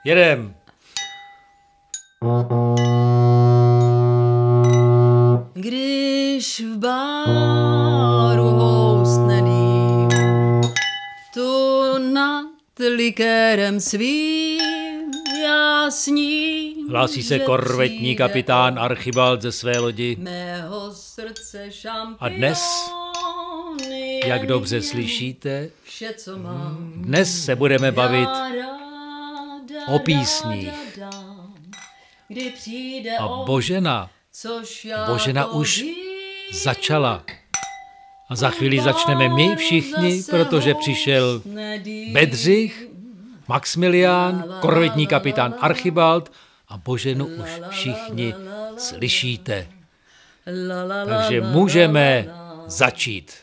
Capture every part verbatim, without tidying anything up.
Jedem. Když v báru houstne dým, tu nad likérem svým já sním, Hlásí se že korvetní přijde kapitán Archibald ze své lodi. mého srdce šampiony. A dnes, jak dobře slyšíte, vše, co mám, dnes se budeme bavit ráda o písních. dám, kdy přijde A on, Božena, což já Božena to už vím. začala. A za chvíli začneme my všichni, protože přišel Bedřich, Maxmilián, korvetní kapitán Archibald a Boženu už všichni slyšíte. Takže můžeme začít.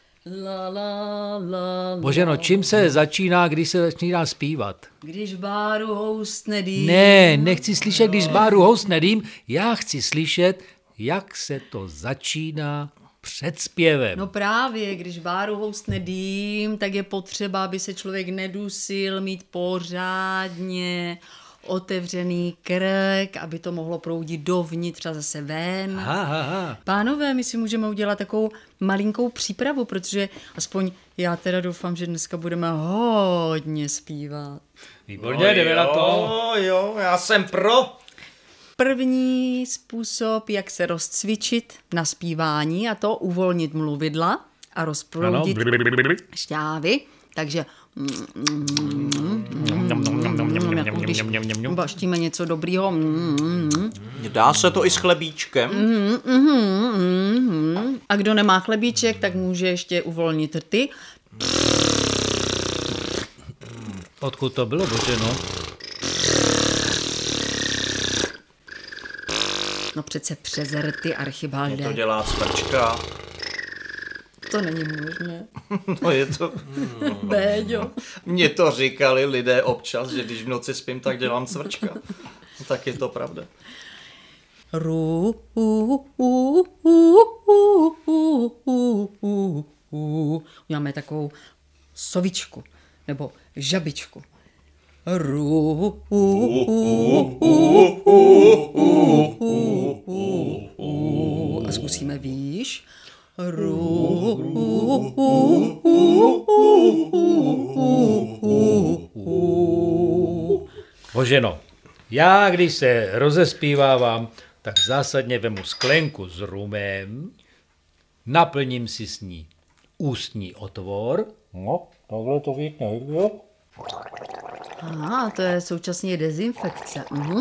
Boženo, čím se začíná, když se začíná zpívat? Když v báru houstne dým. Ne, nechci slyšet, když z báru houstne dým, já chci slyšet, jak se to začíná před zpěvem. No právě, když v báru houstne dým, tak je potřeba, aby se člověk nedusil, mít pořádně otevřený krk, aby to mohlo proudit dovnitř a zase ven. Aha, aha. Pánové, my si můžeme udělat takovou malinkou přípravu, protože aspoň já teda doufám, že dneska budeme hodně zpívat. Výborně, jdeme na to. Jo, jo, já jsem pro. První způsob, jak se rozcvičit na zpívání, a to uvolnit mluvidla a rozproudit šťávy. Takže jako když baštíme něco dobrýho. Dá se to i s chlebíčkem? A kdo nemá chlebíček, tak může ještě uvolnit rty. Odkud to bylo, Boženo? No přece přes rty, Archibalde. To dělá cvrčka. To není možné. No je to... Béďo. Mně to říkali lidé občas, že když v noci spím, tak dělám cvrčka. No, tak je to pravda. Ru, u, u, u, u, u, u, u, u. Máme takovou sovičku, nebo žabičku. Ru, u, u, u, u, u, u. A zkusíme výš. Ru, u, u, u, u, u. Boženo, já když se rozespívávám, tak zásadně vemu sklenku s rumem, naplním si s ní ústní otvor. No, takhle to vidíte, jo? Aha, to je současně dezinfekce. Mhm,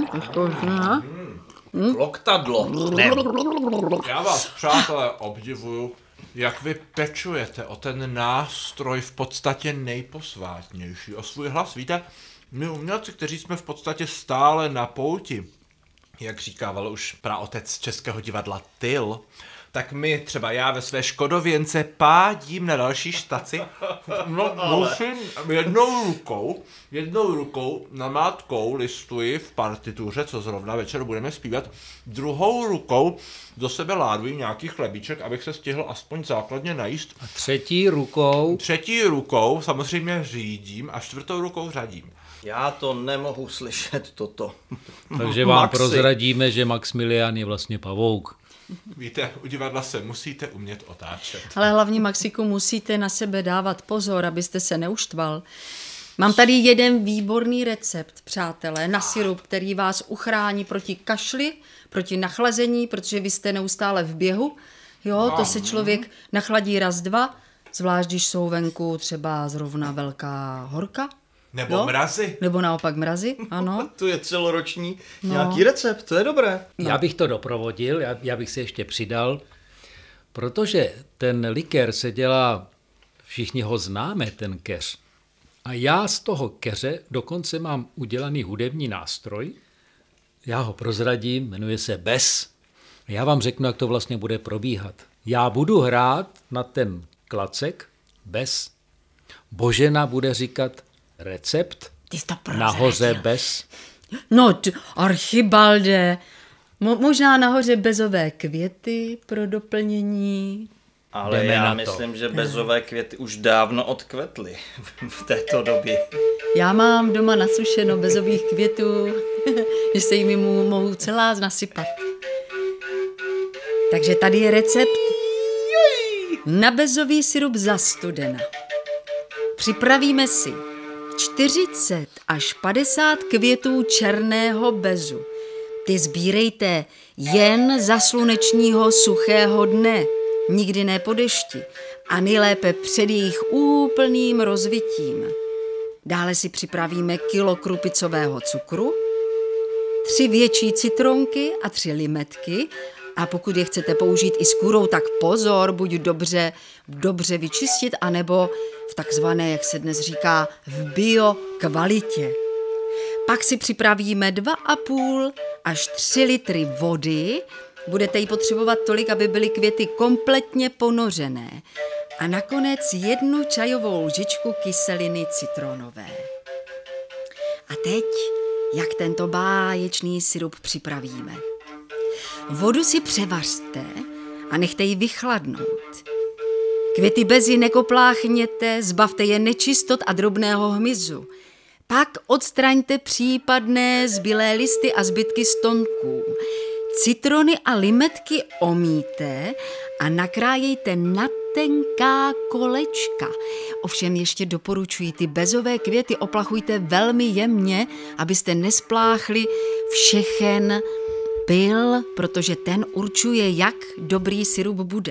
Kloktadlo. Ne, Já vás, přátelé, obdivuju, jak vy pečujete o ten nástroj v podstatě nejposvátnější, o svůj hlas. Víte, my umělci, kteří jsme v podstatě stále na pouti, jak říkával už praotec Českého divadla Tyl, tak my, třeba já ve své Škodověnce, pádím na další štaci, no musím jednou rukou, jednou rukou namátkou listuji v partituře, co zrovna večer budeme zpívat, druhou rukou do sebe láduji nějaký chlebíček, abych se stihl aspoň základně najíst. a třetí rukou, Třetí rukou samozřejmě řídím a čtvrtou rukou řadím. Já to nemohu slyšet, toto. takže vám Maxi. prozradíme, že Maxmilián je vlastně pavouk. Víte, u divadla se musíte umět otáčet. Ale hlavně, Maxiku, musíte na sebe dávat pozor, abyste se neuštval. Mám tady jeden výborný recept, přátelé, na sirup, který vás uchrání proti kašli, proti nachlazení, protože vy jste neustále v běhu. Jo, to se člověk nachladí raz, dva, zvlášť když jsou venku třeba zrovna velká horka. Nebo Jo? mrazy. Nebo naopak mrazy, ano. To je celoroční no. nějaký recept, to je dobré. No. Já bych to doprovodil, já, já bych se ještě přidal, protože ten likér se dělá, všichni ho známe, ten keř. A já z toho keře dokonce mám udělaný hudební nástroj, já ho prozradím, jmenuje se Bes. Já vám řeknu, jak to vlastně bude probíhat. Já budu hrát na ten klacek Bes, Božena bude říkat recept, Ty jsi to nahoře Bes. No, t- Archibalde, Mo- možná nahoře bezové květy pro doplnění. Ale jdeme já na myslím, to. že bezové květy už dávno odkvetly v této době. Já mám doma nasušeno bezových květů, že se jimi mu mohu celá nasypat. Takže tady je recept na bezový sirup za studena. Připravíme si čtyřicet až padesát květů černého bezu. Ty sbírejte jen za slunečního suchého dne, nikdy ne po dešti a nejlépe před jejich úplným rozvitím. Dále si připravíme kilo krupicového cukru, tři větší citronky a tři limetky. A pokud je chcete použít i s kůrou, tak pozor, buď dobře, dobře vyčistit, anebo v takzvané, jak se dnes říká, v bio kvalitě. Pak si připravíme dva a půl až tři litry vody. Budete ji potřebovat tolik, aby byly květy kompletně ponořené. A nakonec jednu čajovou lžičku kyseliny citronové. A teď, jak tento báječný sirup připravíme. Vodu si převařte a nechte ji vychladnout. Květy bezi nekopláchněte, zbavte je nečistot a drobného hmyzu. Pak odstraňte případné zbylé listy a zbytky stonků. Citrony a limetky omíte a nakrájejte na tenká kolečka. Ovšem ještě doporučuji, ty bezové květy oplachujte velmi jemně, abyste nespláchli všechen pyl, protože ten určuje, jak dobrý sirup bude.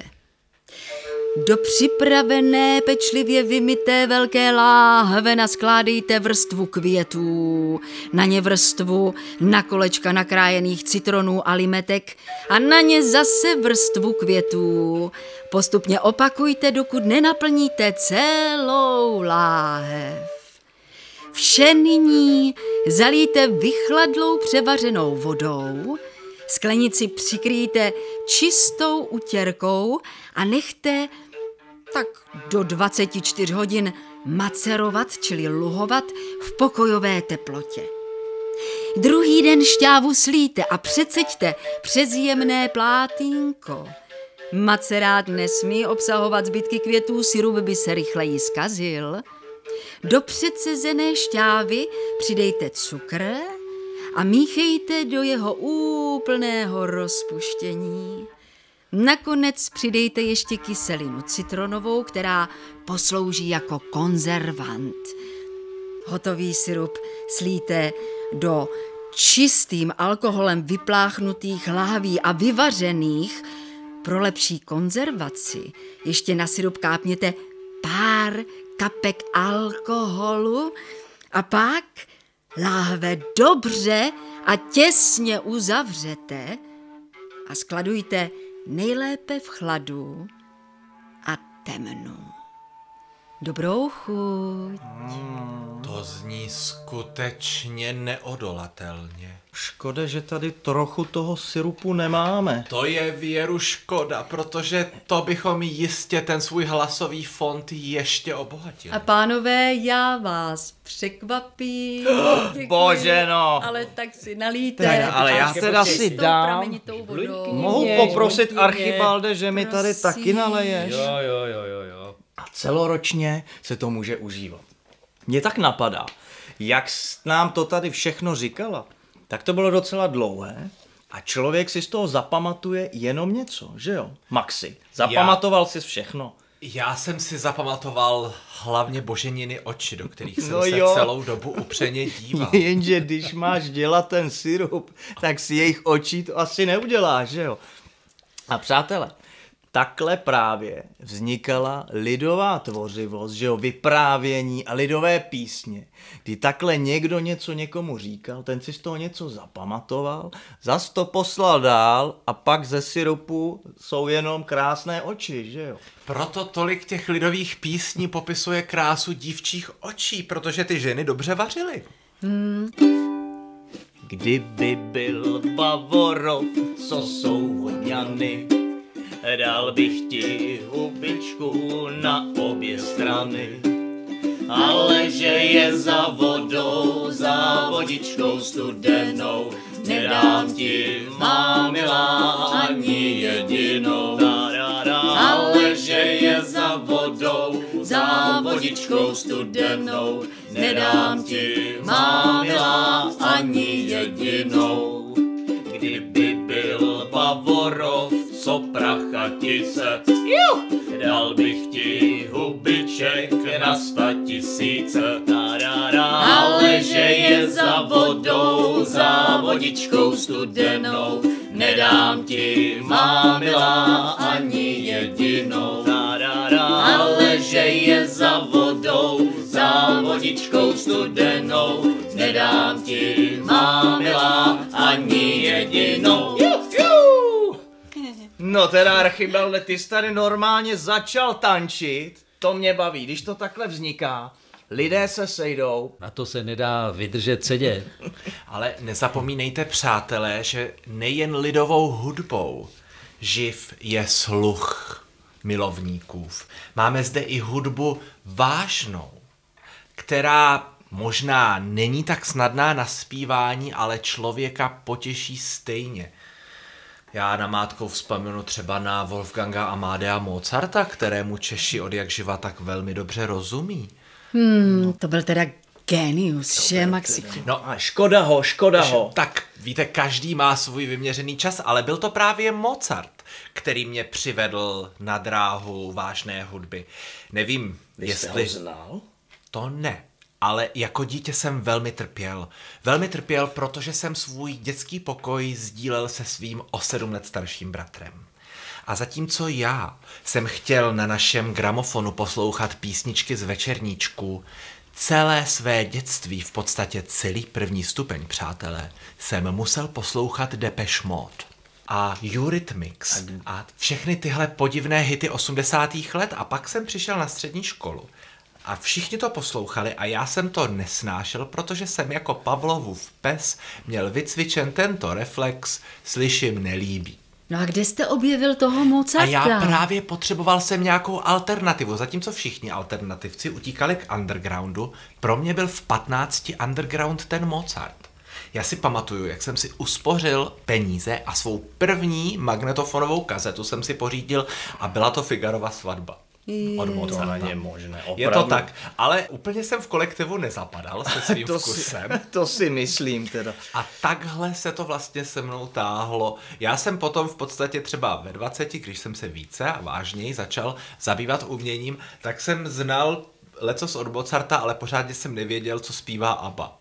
Do připravené, pečlivě vymyté velké láhve naskládejte vrstvu květů, na ně vrstvu na kolečka nakrájených citronů a limetek a na ně zase vrstvu květů. Postupně opakujte, dokud nenaplníte celou láhev. Vše nyní zalijte vychladlou převařenou vodou, sklenici přikryjte čistou utěrkou a nechte tak do dvacet čtyři hodin macerovat, čili luhovat v pokojové teplotě. Druhý den šťávu slíte a přeceďte přes jemné plátínko. Macerát nesmí obsahovat zbytky květů, sirup by se rychleji zkazil. Do přecezené šťávy přidejte cukr a míchejte do jeho úplného rozpuštění. Nakonec přidejte ještě kyselinu citronovou, která poslouží jako konzervant. Hotový sirup slíte do čistým alkoholem vypláchnutých lahví a vyvařených. Pro lepší konzervaci ještě na sirup kápněte pár kapek alkoholu a pak láhve dobře a těsně uzavřete a skladujte nejlépe v chladu a temnu. Dobrou chuť. To zní skutečně neodolatelně. Škoda, že tady trochu toho syrupu nemáme. To je věru škoda, protože to bychom jistě ten svůj hlasový fond ještě obohatili. A pánové, já vás překvapím. Děkuji. Bože, no. Ale tak si nalíte. Tak, ale já teda s si tou dám. pramenitou vodou. Mohu poprosit Archibalde, že mi tady Prosím. taky naleješ? Jo, jo, jo, jo, jo. A celoročně se to může užívat. Mně tak napadá, jak jsi nám to tady všechno říkala, tak to bylo docela dlouhé a člověk si z toho zapamatuje jenom něco, že jo? Maxi, zapamatoval jsi všechno. Já jsem si zapamatoval hlavně Boženiny oči, do kterých jsem No se jo. celou dobu upřeně díval. Jenže když máš dělat ten syrup, tak si jejich očí to asi neuděláš, že jo? A přátelé, takhle právě vznikala lidová tvořivost, že jo, vyprávění a lidové písně, kdy takhle někdo něco někomu říkal, ten si z toho něco zapamatoval, zas to poslal dál a pak ze syrupu jsou jenom krásné oči, že jo. Proto tolik těch lidových písní popisuje krásu dívčích očí, protože ty ženy dobře vařily. Kdyby byl Bavorov, co jsou vodňany, dal bych ti hubičku na obě strany. Ale že je za vodou, za vodičkou studenou, nedám ti, má milá, ani jedinou. Ale že za vodičkou studenou, nedám ti, má milá, ani jedinou. Kdyby byl Bavorov, soprachatice, dal bych ti hubiček na sta tisíce. Ale že je za vodou, za vodičkou studenou, nedám ti, má milá, ani jedinou. Ale že je za vodou, za vodičkou studenou, nedám ti, má milá, ani jedinou. No teda, Archibalde, ty jsi tady normálně začal tančit, to mě baví, když to takhle vzniká. Lidé se sejdou. Na to se nedá vydržet sedět. Ale nezapomínejte, přátelé, že nejen lidovou hudbou živ je sluch milovníkův. Máme zde i hudbu vážnou, která možná není tak snadná na zpívání, ale člověka potěší stejně. Já namátkou vzpomenu třeba na Wolfganga Amadea Mozarta, kterému Češi od jak živa tak velmi dobře rozumí. Hmm, to byl teda génius, že, Maxiku? No a škoda ho, škoda ho. Tak víte, každý má svůj vyměřený čas, ale byl to právě Mozart, který mě přivedl na dráhu vážné hudby. Nevím, Vy jestli... jste ho znal? To ne, ale jako dítě jsem velmi trpěl. Velmi trpěl, protože jsem svůj dětský pokoj sdílel se svým o sedm let starším bratrem. A zatímco já jsem chtěl na našem gramofonu poslouchat písničky z večerníčku, celé své dětství, v podstatě celý první stupeň, přátelé, jsem musel poslouchat Depeche Mode a Eurythmics a všechny tyhle podivné hity osmdesátých let a pak jsem přišel na střední školu. A všichni to poslouchali a já jsem to nesnášel, protože jsem jako Pavlovův pes měl vycvičen tento reflex slyším nelíbí. No a kde jste objevil toho Mozarta? A já právě potřeboval jsem nějakou alternativu, zatímco všichni alternativci utíkali k undergroundu, pro mě byl v patnácti underground ten Mozart. Já si pamatuju, jak jsem si uspořil peníze a svou první magnetofonovou kazetu jsem si pořídil a byla to Figarova svatba. Od Mozarta. To není možné, opravdu. Je to tak, ale úplně jsem v kolektivu nezapadal se svým to vkusem. Si, to si myslím teda. A takhle se to vlastně se mnou táhlo. Já jsem potom v podstatě třeba ve dvaceti, když jsem se více a vážněji začal zabývat uměním, tak jsem znal lecos od Mozarta, ale pořádně jsem nevěděl, co zpívá ABBA.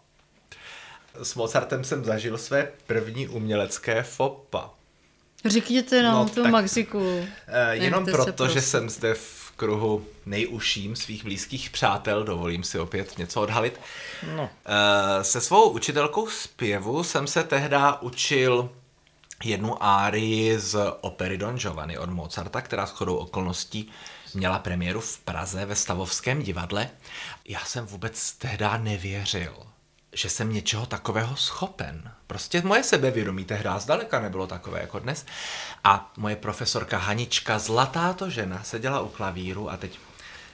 S Mozartem jsem zažil své první umělecké fopa. Řekněte nám No, to, tak, Maxiku. Eh, jenom Nechte se, proto, že prosím. jsem zde v kruhu nejužším svých blízkých přátel, dovolím si opět něco odhalit. No. Eh, se svou učitelkou zpěvu jsem se tehdy učil jednu árii z opery Don Giovanni od Mozarta, která shodou okolností měla premiéru v Praze ve Stavovském divadle. Já jsem vůbec tehdy nevěřil, že jsem něčeho takového schopen. Prostě moje sebevědomí tehdy zdaleka nebylo takové jako dnes. A moje profesorka Hanička, zlatá to žena, seděla u klavíru a teď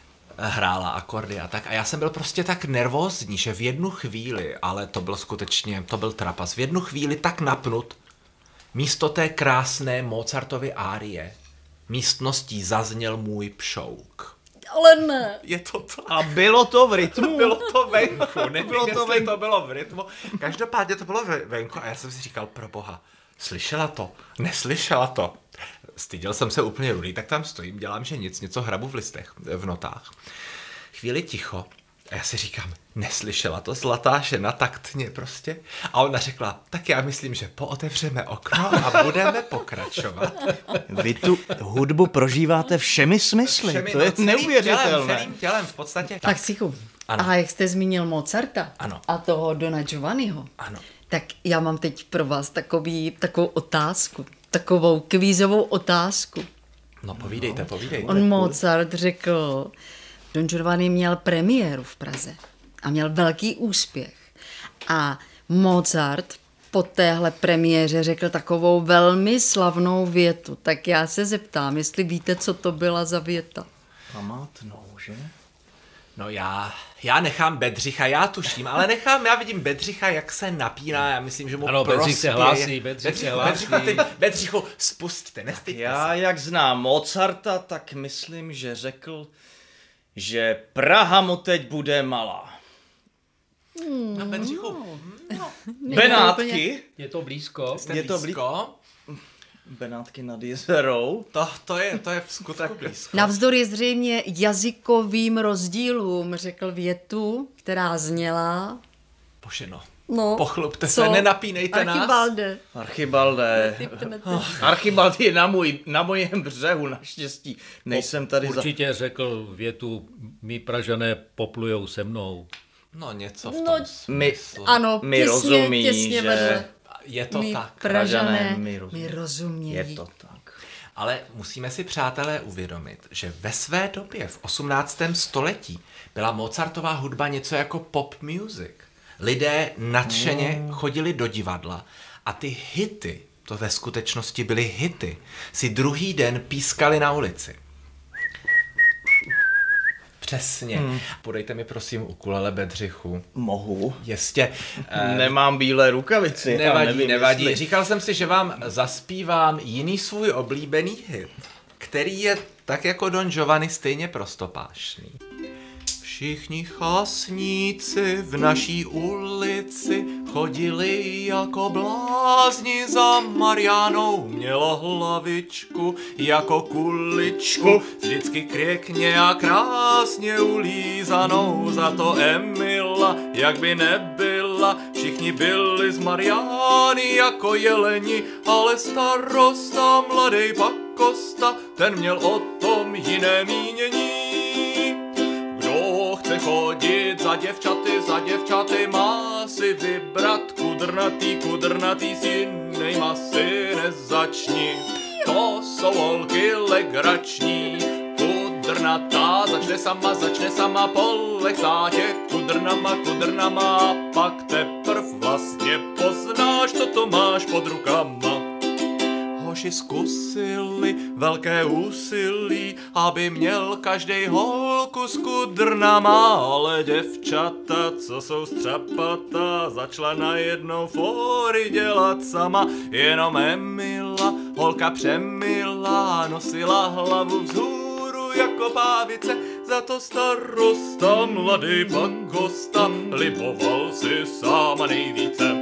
hrála akordy a tak. A já jsem byl prostě tak nervózní, že v jednu chvíli, ale to byl skutečně, to byl trapas, v jednu chvíli tak napnut, místo té krásné Mozartovy árie, místností zazněl můj pšouk. Ale ne. Je to to. A bylo to v rytmu? Bylo to venku, nevím, Bylo to jestli venku. to bylo v rytmu. Každopádně to bylo ve- venku a já jsem si říkal, pro boha, slyšela to, neslyšela to. Styděl jsem se úplně rudý, tak tam stojím, dělám, že nic, něco hrabu v listech, v notách. Chvíli ticho a já si říkám, neslyšela to zlatá žena taktně prostě. A ona řekla, tak já myslím, že pootevřeme okno a budeme pokračovat. Vy tu hudbu prožíváte všemi smysly, Všemi, to no, je celým neuvěřitelné. Tělem, celým tělem v podstatě. Maxiku, Ano. a jak jste zmínil Mozarta Ano. a toho Dona Giovanniho, Ano. tak já mám teď pro vás takový, takovou otázku, takovou kvízovou otázku. No povídejte, povídejte. On Mozart řekl, Don Giovanni měl premiéru v Praze a měl velký úspěch. A Mozart po téhle premiéře řekl takovou velmi slavnou větu. Tak já se zeptám, jestli víte, co to byla za věta. Památnou, že? No já, já nechám Bedřicha, já tuším, ale nechám, já vidím Bedřicha, jak se napíná, já myslím, že mu Ano, Bedřich se prospěje. hlásí, Bedřich se hlásí. Bedřichu, ty, Bedřichu, spusťte, nestyďte Já, se. jak znám Mozarta, tak myslím, že řekl, že Praha mu teď bude malá. Na Bedřichu. No. Benátky? Je to blízko. Jste Je to blízko? Benátky nad Jizerou. To, to, je, to je v skutku blízko. Navzdory zřejmě jazykovým rozdílům řekl větu, která zněla... Boženo, No, pochlupte co? se, nenapínejte nás. Archibalde. Archibalde. Archibald je na, můj, na mojem břehu, naštěstí. Nejsem tady za... Určitě řekl větu, my Pražané poplujou se mnou. No něco v No, tom My, smyslu. Ano, mi těsně, rozumí, těsně že... vedle. Je to My tak. Pražané, Pražané mi mi rozumějí. rozumí. Je to tak. Ale musíme si, přátelé, uvědomit, že ve své době v osmnáctém století byla Mozartova hudba něco jako pop music. Lidé nadšeně chodili do divadla a ty hity, to ve skutečnosti byly hity, si druhý den pískali na ulici. Přesně. Hmm. Podejte mi prosím ukulele Bedřichu. Mohu. Jistě. Eh, Nemám bílé rukavici. já Nevadí, nevím, nevadí. jestli- Říkal jsem si, že vám zaspívám jiný svůj oblíbený hit, který je tak jako Don Giovanni stejně prostopášný. Všichni chasníci v naší ulici chodili jako blázni za Marianou. Měla hlavičku jako kuličku, vždycky křikně a krásně ulízanou. Za to Emila, jak by nebyla, všichni byli z Mariány jako jeleni, ale starosta, mladej Pakosta, ten měl o tom jiné mínění. Kdo chce chodit za děvčaty, za děvčaty má si vybrat kudrnatý, kudrnatý si nejma si nezačni. To jsou holky legrační, kudrnatá začne sama, začne sama polechá tě kudrnama, kudrnama a pak teprv vlastně poznáš, co to máš pod rukama. Hoši zkusili velké úsilí, aby měl každej holku s kudrnama, ale děvčata, co jsou střapata, začala najednou fóry dělat sama. Jenom Emila, holka přemila, nosila hlavu vzhůru jako pávice, za to starosta, mladý Pakosta, liboval si sama nejvíce.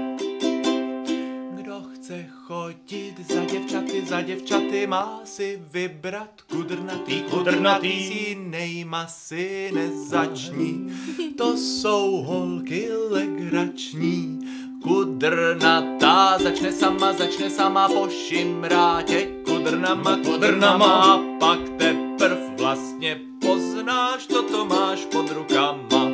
Chodit za děvčaty, za děvčaty má si vybrat kudrnatý, kudrnatý si nejma si nezační. To jsou holky legrační, kudrnatá začne sama, začne sama pošimrá tě kudrnama, kudrnama a pak teprv vlastně poznáš, co to máš pod rukama.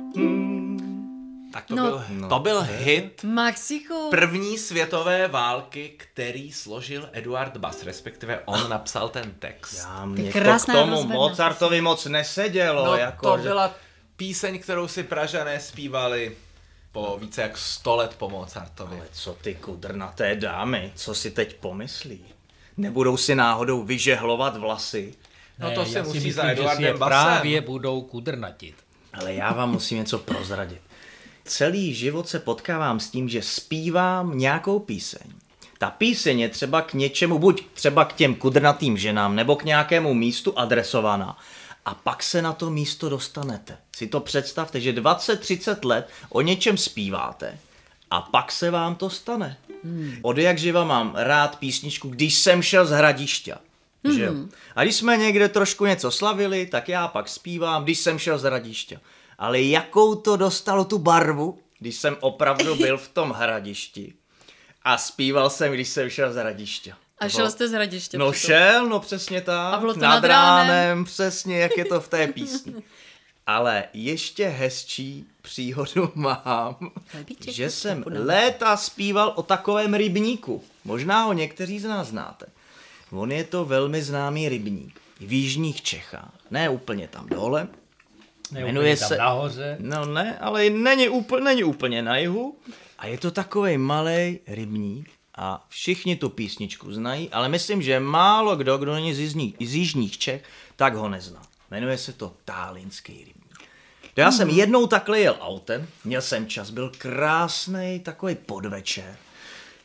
Tak to, No. byl, to byl hit Maxichu. první světové války, který složil Eduard Bass, respektive on napsal ten text. Já mě to k krásná tomu rozvedna. Mozartovi moc nesedělo. No jako, to že- byla píseň, kterou si Pražané zpívali po více jak sto let po Mozartovi. Ale co ty kudrnaté dámy, co si teď pomyslí? Nebudou si náhodou vyžehlovat vlasy? No to Ne, se já musí si myslím, za že si Eduardem je Bassem. právě budou kudrnatit. Ale já vám musím něco prozradit. Celý život se potkávám s tím, že zpívám nějakou píseň. Ta píseň je třeba k něčemu, buď třeba k těm kudrnatým ženám, nebo k nějakému místu adresovaná. A pak se na to místo dostanete. Si to představte, že dvacet třicet let o něčem zpíváte a pak se vám to stane. Hmm. Od jak živa mám rád písničku Když jsem šel z Hradišťa. Hmm. Že jo? A když jsme někde trošku něco slavili, tak já pak zpívám Když jsem šel z Hradišťa. Ale jakou to dostalo tu barvu, když jsem opravdu byl v tom Hradišti a zpíval jsem, když jsem šel z Hradišťa. A šel jste z Hradiště. No přitom. šel, no přesně tak. A bylo to nad nad ránem. ránem, přesně jak je to v té písni. Ale ještě hezčí příhodu mám, Chlebíček, že jsem podám. léta zpíval o takovém rybníku. Možná ho někteří z nás znáte. On je to velmi známý rybník v jižních Čechách. Ne úplně tam dole. Ne, Jmenuje úplně tam se- nahoře. No ne, ale není úplně, není úplně na jihu. A je to takovej malej rybník a všichni tu písničku znají, ale myslím, že málo kdo, kdo není z jižních, z jižních Čech, tak ho nezná. Jmenuje se to Tálínský rybník. To já jsem jednou takhle jel autem, měl jsem čas, byl krásný takový podvečer.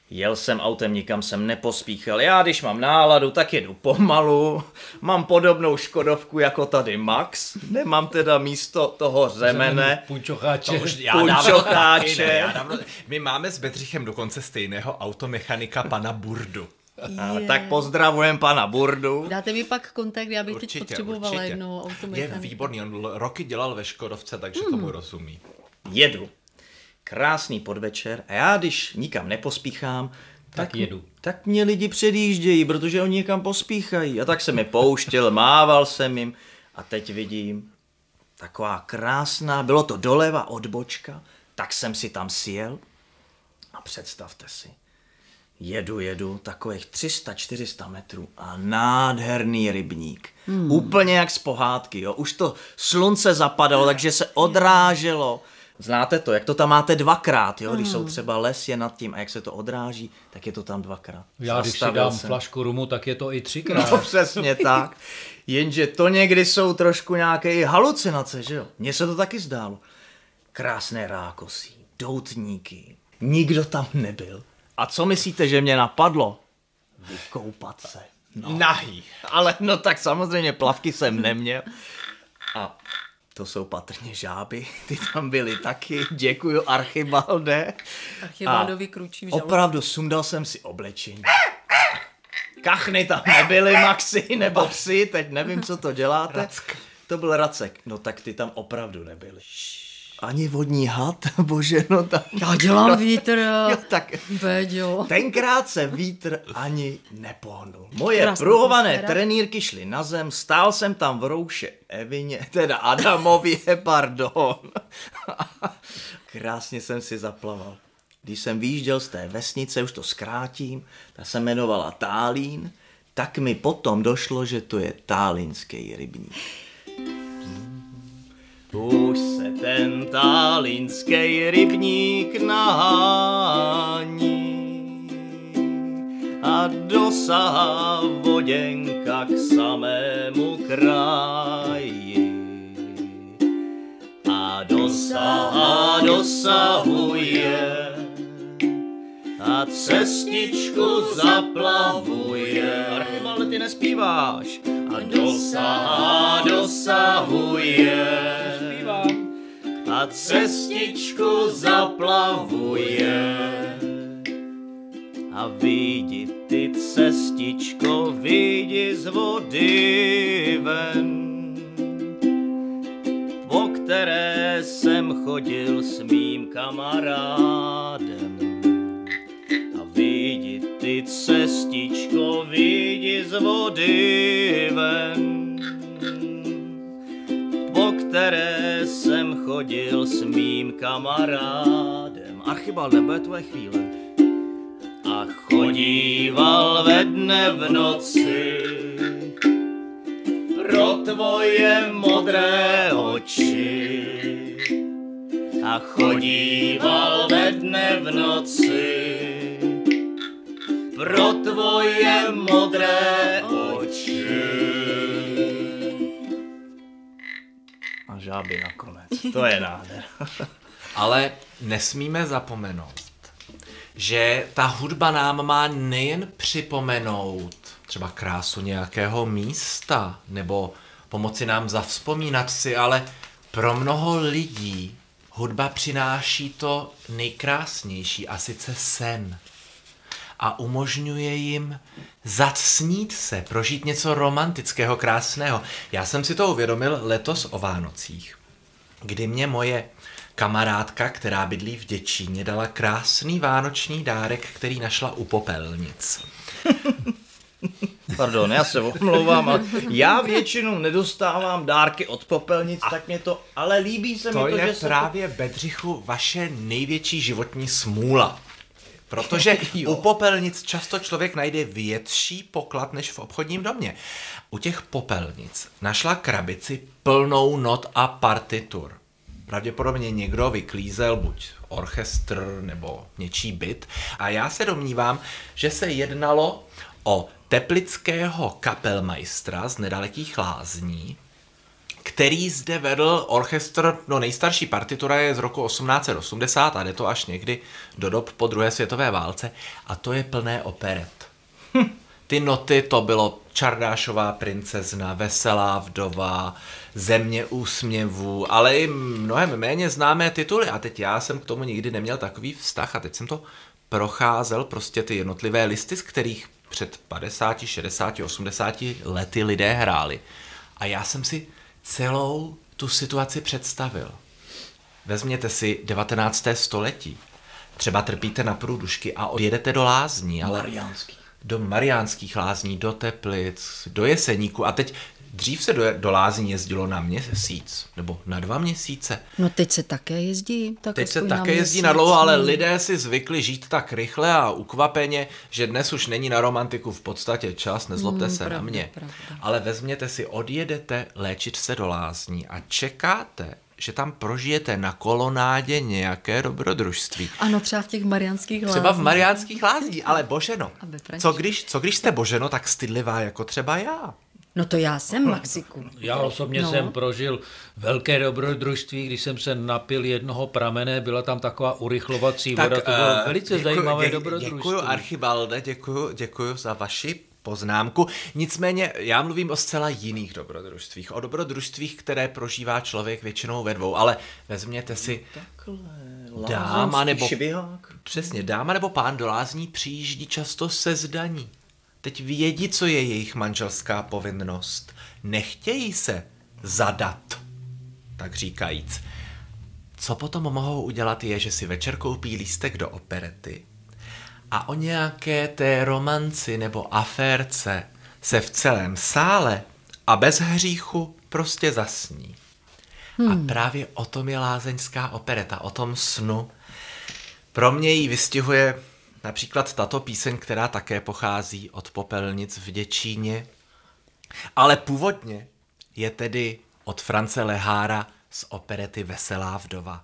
Jel jsem autem, nikam jsem nepospíchal. Já, když mám náladu, tak jedu pomalu. Mám podobnou Škodovku jako tady Max. Nemám teda místo toho řemene. Punčocháče. To už já Punčocháče. dávno, já dávno, my máme s Bedřichem dokonce stejného automechanika pana Burdu. Ale tak pozdravujem pana Burdu. Dáte mi pak kontakt, já bych Určitě, teď potřebovala určitě. jednoho Je automechanika. výborný, on roky dělal ve Škodovce, takže hmm. tomu rozumí. Jedu. Krásný podvečer a já, když nikam nepospíchám, tak, Tak jedu. tak mě lidi předjíždějí, protože oni někam pospíchají. A tak jsem je pouštěl, mával jsem jim a teď vidím taková krásná, bylo to doleva odbočka, tak jsem si tam sjel a představte si, jedu, jedu, takových tři sta čtyři sta metrů a nádherný rybník. Hmm. Úplně jak z pohádky, jo. Už to slunce zapadalo, takže se odráželo. Znáte to, jak to tam máte dvakrát, jo? Když jsou třeba les je nad tím a jak se to odráží, tak je to tam dvakrát. Já když si Zastavil dám jsem. flašku rumu, tak je to i třikrát. No přesně tak. Jenže to někdy jsou trošku nějaké halucinace, že jo? Mně se to taky zdálo. Krásné rákosí, doutníky, nikdo tam nebyl. A co myslíte, že mě napadlo? Vykoupat se. No. Nahý. Ale no tak samozřejmě plavky jsem neměl. A to jsou patrně žáby, ty tam byly taky, děkuju Archibalde. Archibaldovi kručí v žaludku. Opravdu sundal jsem si oblečení. Kachny tam nebyly, Maxi, nebo psi, teď nevím, co to děláte. Racek. To byl Racek, no tak ty tam opravdu nebyly. Ani vodní had, bože, no tak. Já dělám vítr. Jo, tak Véďo. tenkrát se vítr ani nepohnul. Moje Krásná pruhované atmosféra. trenýrky šly na zem, stál jsem tam v rouše Evině, teda Adamově, pardon. Krásně jsem si zaplaval. Když jsem výjížděl z té vesnice, už to zkrátím, ta se jmenovala Tálín, tak mi potom došlo, že to je tálínský rybník. Už se ten tálínský rybník nahání a dosahá voděnka k samému kraji. A dosahá, dosahuje a cestičku zaplavuje. Archibalde, ty nespíváš. A dosahá, dosahuje a cestičku zaplavuje. A vyjdi ty cestičko, vyjdi z vody ven, po které jsem chodil s mým kamarádem. A vyjdi ty cestičko, vyjdi z vody ven, po které jsem chodil s mým kamarádem. Archibalde, bude tvoje chvíle. A chodíval ve dne v noci pro tvoje modré oči. A chodíval ve dne v noci pro tvoje modré oči. A žáby nakonec. To je nádher. Ale nesmíme zapomenout, že ta hudba nám má nejen připomenout třeba krásu nějakého místa, nebo pomoci nám zavzpomínat si, ale pro mnoho lidí hudba přináší to nejkrásnější, a sice sen. A umožňuje jim zasnít se, prožít něco romantického, krásného. Já jsem si to uvědomil letos o Vánocích, kdy mě moje kamarádka, která bydlí v Děčíně, dala krásný vánoční dárek, který našla u popelnic. Pardon, já se omlouvám, ale já většinou nedostávám dárky od popelnic, a tak mě to, ale líbí se To mi to, je že se právě, Bedřichu, vaše největší životní smůla. Protože u popelnic často člověk najde větší poklad než v obchodním domě. U těch popelnic našla krabici plnou not a partitur. Pravděpodobně někdo vyklízel buď orchestr nebo něčí byt. A já se domnívám, že se jednalo o teplického kapelmajstra z nedalekých Lázní, který zde vedl orchestr, no nejstarší partitura je z roku osmnáct set osmdesát a jde to až někdy do dob po druhé světové válce a to je plné operet. Hm. Ty noty, to bylo Čardášová princezna, Veselá vdova, Země úsměvů, ale i mnohem méně známé tituly a teď já jsem k tomu nikdy neměl takový vztah a teď jsem to procházel, prostě ty jednotlivé listy, z kterých před padesáti, šedesáti, osmdesáti lety lidé hráli. A já jsem si celou tu situaci představil. Vezměte si devatenácté století. Třeba trpíte na průdušky a odjedete do lázní. Ale Mariánský. Do Mariánských lázní, do Teplic, do Jeseníku. A teď dřív se do, do lázní jezdilo na měsíc, nebo na dva měsíce. No teď se také jezdí. Tak Teď se aspoň na také jezdí měsíc. na dlouho, ale lidé si zvykli žít tak rychle a ukvapeně, že dnes už není na romantiku v podstatě čas, nezlobte Hmm, se pravda, na mě. pravda. Ale vezměte si, odjedete léčit se do lázní a čekáte, že tam prožijete na kolonádě nějaké dobrodružství. Ano, třeba v těch mariánských lázních. Třeba v Mariánských lázní, ale Boženo. A ve Františku. Co když, co když jste Boženo tak stydlivá jako třeba já? No to já jsem, Maxiku. Já osobně No. jsem prožil velké dobrodružství, když jsem se napil jednoho pramene, byla tam taková urychlovací voda, to bylo eh, velice děkuju, zajímavé dě- dobrodružství. Děkuju, Archibalde, děkuju, děkuju za vaši poznámku. Nicméně já mluvím o zcela jiných dobrodružstvích, o dobrodružstvích, které prožívá člověk většinou ve dvou, ale vezměte si dáma nebo, švihák. přesně, dáma nebo pán do lázní přijíždí často se zdaní. Teď vědí, co je jejich manželská povinnost. Nechtějí se zadat, tak říkajíc. Co potom mohou udělat je, že si večer koupí lístek do operety a o nějaké té romanci nebo aférce se v celém sále a bez hříchu prostě zasní. Hmm. A právě o tom je lázeňská opereta, o tom snu. Pro mě ji vystihuje například tato píseň, která také pochází od popelnic v Děčíně, ale původně je tedy od France Lehára z operety Veselá vdova.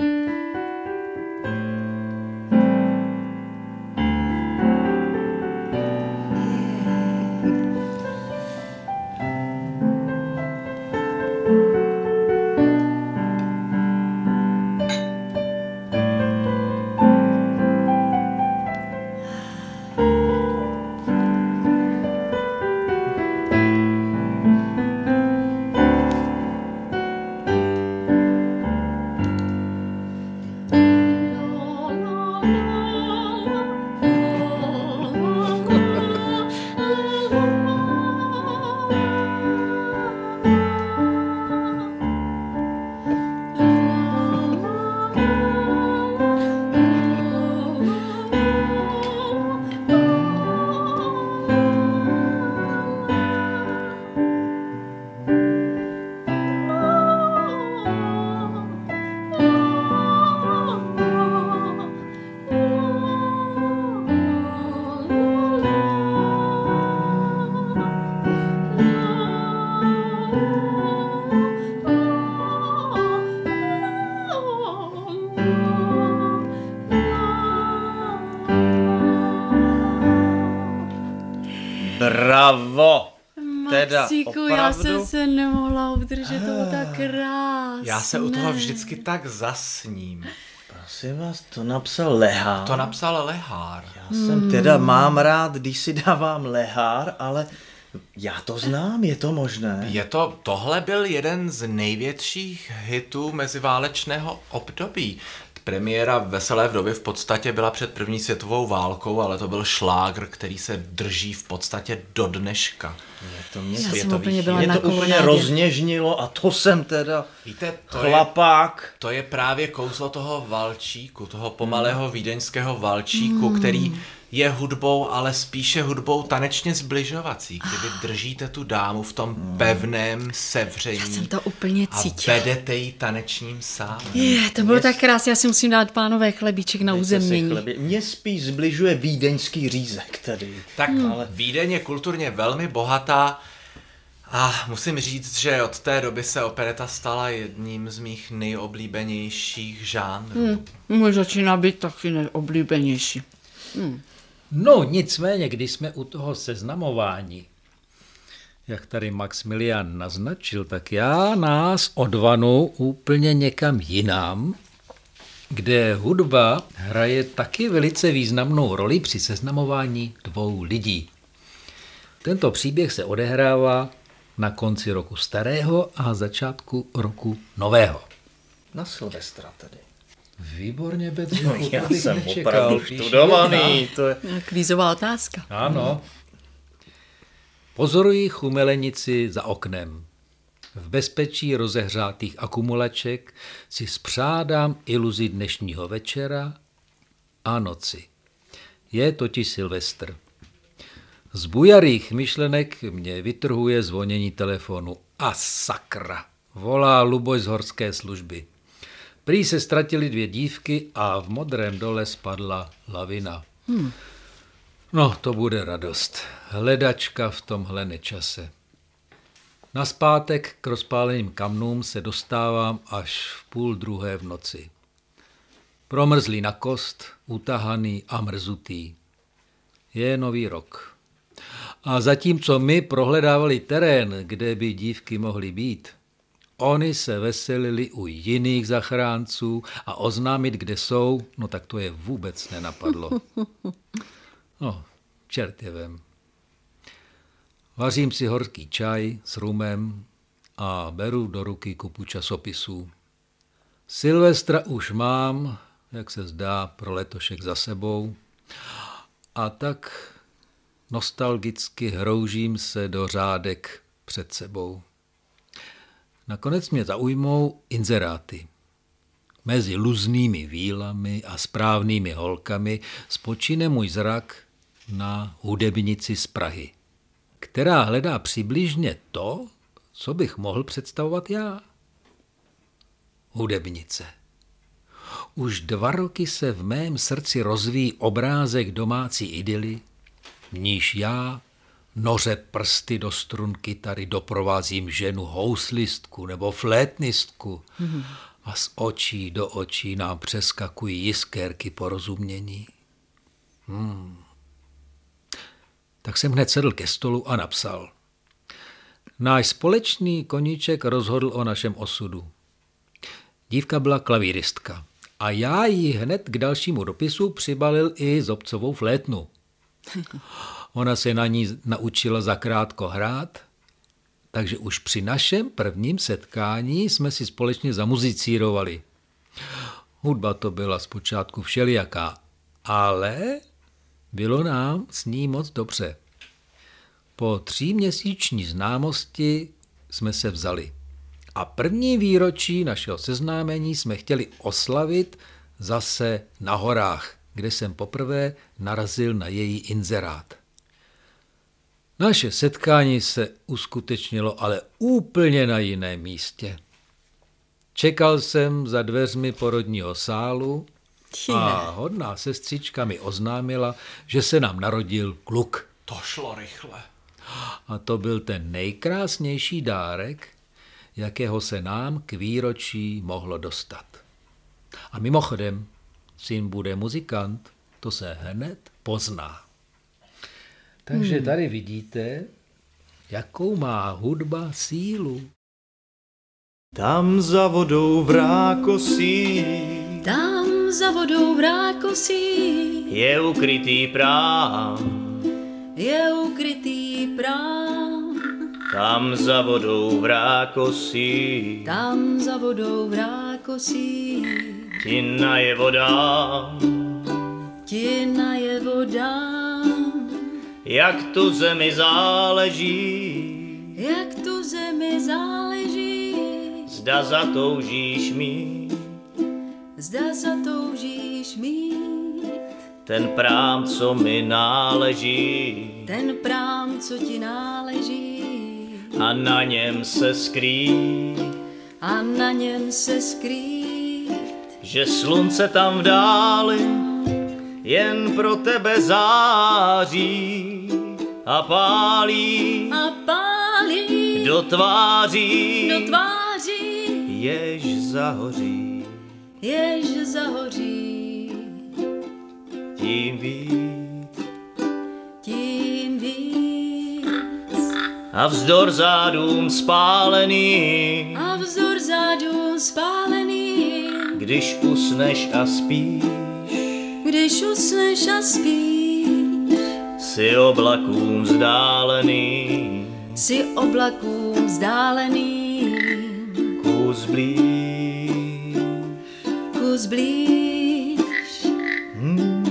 Bravo! Teda Maxíku, já opravdu... jsem se nemohla udržet, to bylo tak krásné. Já se u toho vždycky tak zasním. Prosím vás, to napsal Lehár. To napsal Lehár. Já jsem teda mám rád, když si dávám Lehár, ale já to znám, je to možné. Je to, tohle byl jeden z největších hitů meziválečného období. Premiéra Veselé vdovy v podstatě byla před první světovou válkou, ale to byl šlágr, který se drží v podstatě do dneška. Je to mě, Já je jsem to, úplně víc- byla mě na to úplně kolonádě. rozněžnilo a to jsem teda Víte, to je, chlapák. to je právě kouzlo toho valčíku, toho pomalého vídeňského valčíku, mm. který je hudbou, ale spíše hudbou tanečně zbližovací, kdy vy držíte tu dámu v tom pevném sevření Já jsem to úplně a cítila. vedete ji tanečním sálem. Je, to bylo tak krásné, já si musím dát pánové chlebíček na Dejte si uzemnění. chlebě. Mě spíš zbližuje vídeňský řízek tady. Tak ale Vídeň je kulturně velmi bohatá a musím říct, že od té doby se opereta stala jedním z mých nejoblíbenějších žánrů. Hm, můj začíná být taky jak tady Maximilián naznačil, tak já nás odvanu úplně někam jinam, kde hudba hraje taky velice významnou roli při seznamování dvou lidí. Tento příběh se odehrává na konci roku starého a začátku roku nového. Na Silvestra tedy. Výborně, Bedřichu, No, já to bych jsem nečekal. opravdu Píš študovaný. jedna. To je... Kvízová otázka. Ano. Pozoruji chumelenici za oknem. V bezpečí rozehřátých akumulaček si spřádám iluzi dnešního večera a noci. Je totiž Silvestr. Z bujarých myšlenek mě vytrhuje zvonění telefonu. A sakra, volá Luboš z horské služby. Prý se ztratily dvě dívky a v Modrém dole spadla lavina. Hmm. No, to bude radost. Hledačka v tomhle nečase. Nazpátek k rozpáleným kamnům se dostávám až v půl druhé v noci. Promrzlý na kost, utahaný a mrzutý. Je nový rok. A zatímco my prohledávali terén, kde by dívky mohly být, oni se veselili u jiných zachránců a oznámit, kde jsou, no tak to je vůbec nenapadlo. No, čert je vem. Vařím si horký čaj s rumem a beru do ruky kupu časopisů. Silvestra už mám, jak se zdá, pro letošek za sebou. A tak nostalgicky hroužím se do řádek před sebou. Nakonec mě zaujmou inzeráty. Mezi luznými vílami a správnými holkami spočine můj zrak na hudebnici z Prahy, která hledá přibližně to, co bych mohl představovat já. Hudebnice. Už dva roky se v mém srdci rozvíjí obrázek domácí idyly, v níž já noře prsty do strun kytary doprovázím ženu houslistku nebo flétnistku mm. a z očí do očí nám přeskakují jiskérky porozumění. Hmm. Tak jsem hned sedl ke stolu a napsal. Náš společný koníček rozhodl o našem osudu. Dívka byla klavíristka a já jí hned k dalšímu dopisu přibalil i zobcovou flétnu. Ona se na ní naučila zakrátko hrát, takže už při našem prvním setkání jsme si společně zamuzicírovali. Hudba to byla zpočátku všelijaká, ale bylo nám s ní moc dobře. Po tříměsíční známosti jsme se vzali a první výročí našeho seznámení jsme chtěli oslavit zase na horách, kde jsem poprvé narazil na její inzerát. Naše setkání se uskutečnilo ale úplně na jiném místě. Čekal jsem za dveřmi porodního sálu a hodná sestřička mi oznámila, že se nám narodil kluk. To šlo rychle. A to byl ten nejkrásnější dárek, jakého se nám k výročí mohlo dostat. A mimochodem, syn bude muzikant, to se hned pozná. Takže hmm. tady vidíte, jakou má hudba sílu. Tam za vodou v rákosí, Tam za vodou v rákosí je ukrytý prám. je ukrytý prám. Tam za vodou v rákosí, Tam za vodou v rákosí tinna je voda. Tinna je voda. Jak tu zemi záleží, Jak tu zemi záleží, zda zatoužíš mít zda zatoužíš mít ten prám, co mi náleží, ten prám, co ti náleží, a na něm se skrýt, a na něm se skrýt, že slunce tam v dáli jen pro tebe září a pálí a pálí do tváří, do tváří, jež zahoří, jež zahoří, tím víc, tím víc a vzdor zádům spálený, a vzdor zádům spálený, když usneš a spíš, když usneš a spíš, si oblakům vzdálený, si oblakům vzdálený, kus blíž, kus blíž. hmm.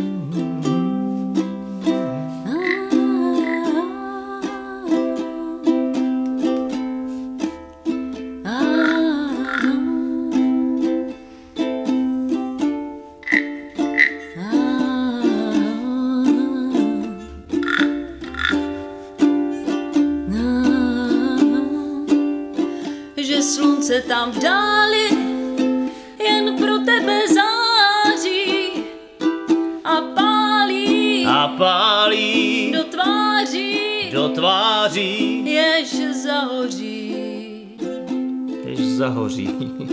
Slunce tam v dáli jen pro tebe září a pálí, A pálí do tváří, do tváří, jež zahoří, jež zahoří.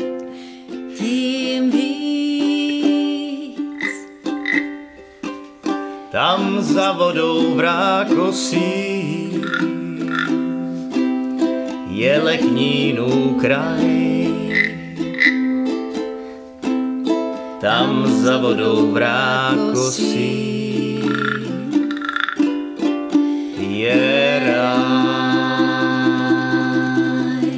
tím víc. Tam za vodou v rákosí je Leknínův kraj. Tam za vodou v rákosí je ráj.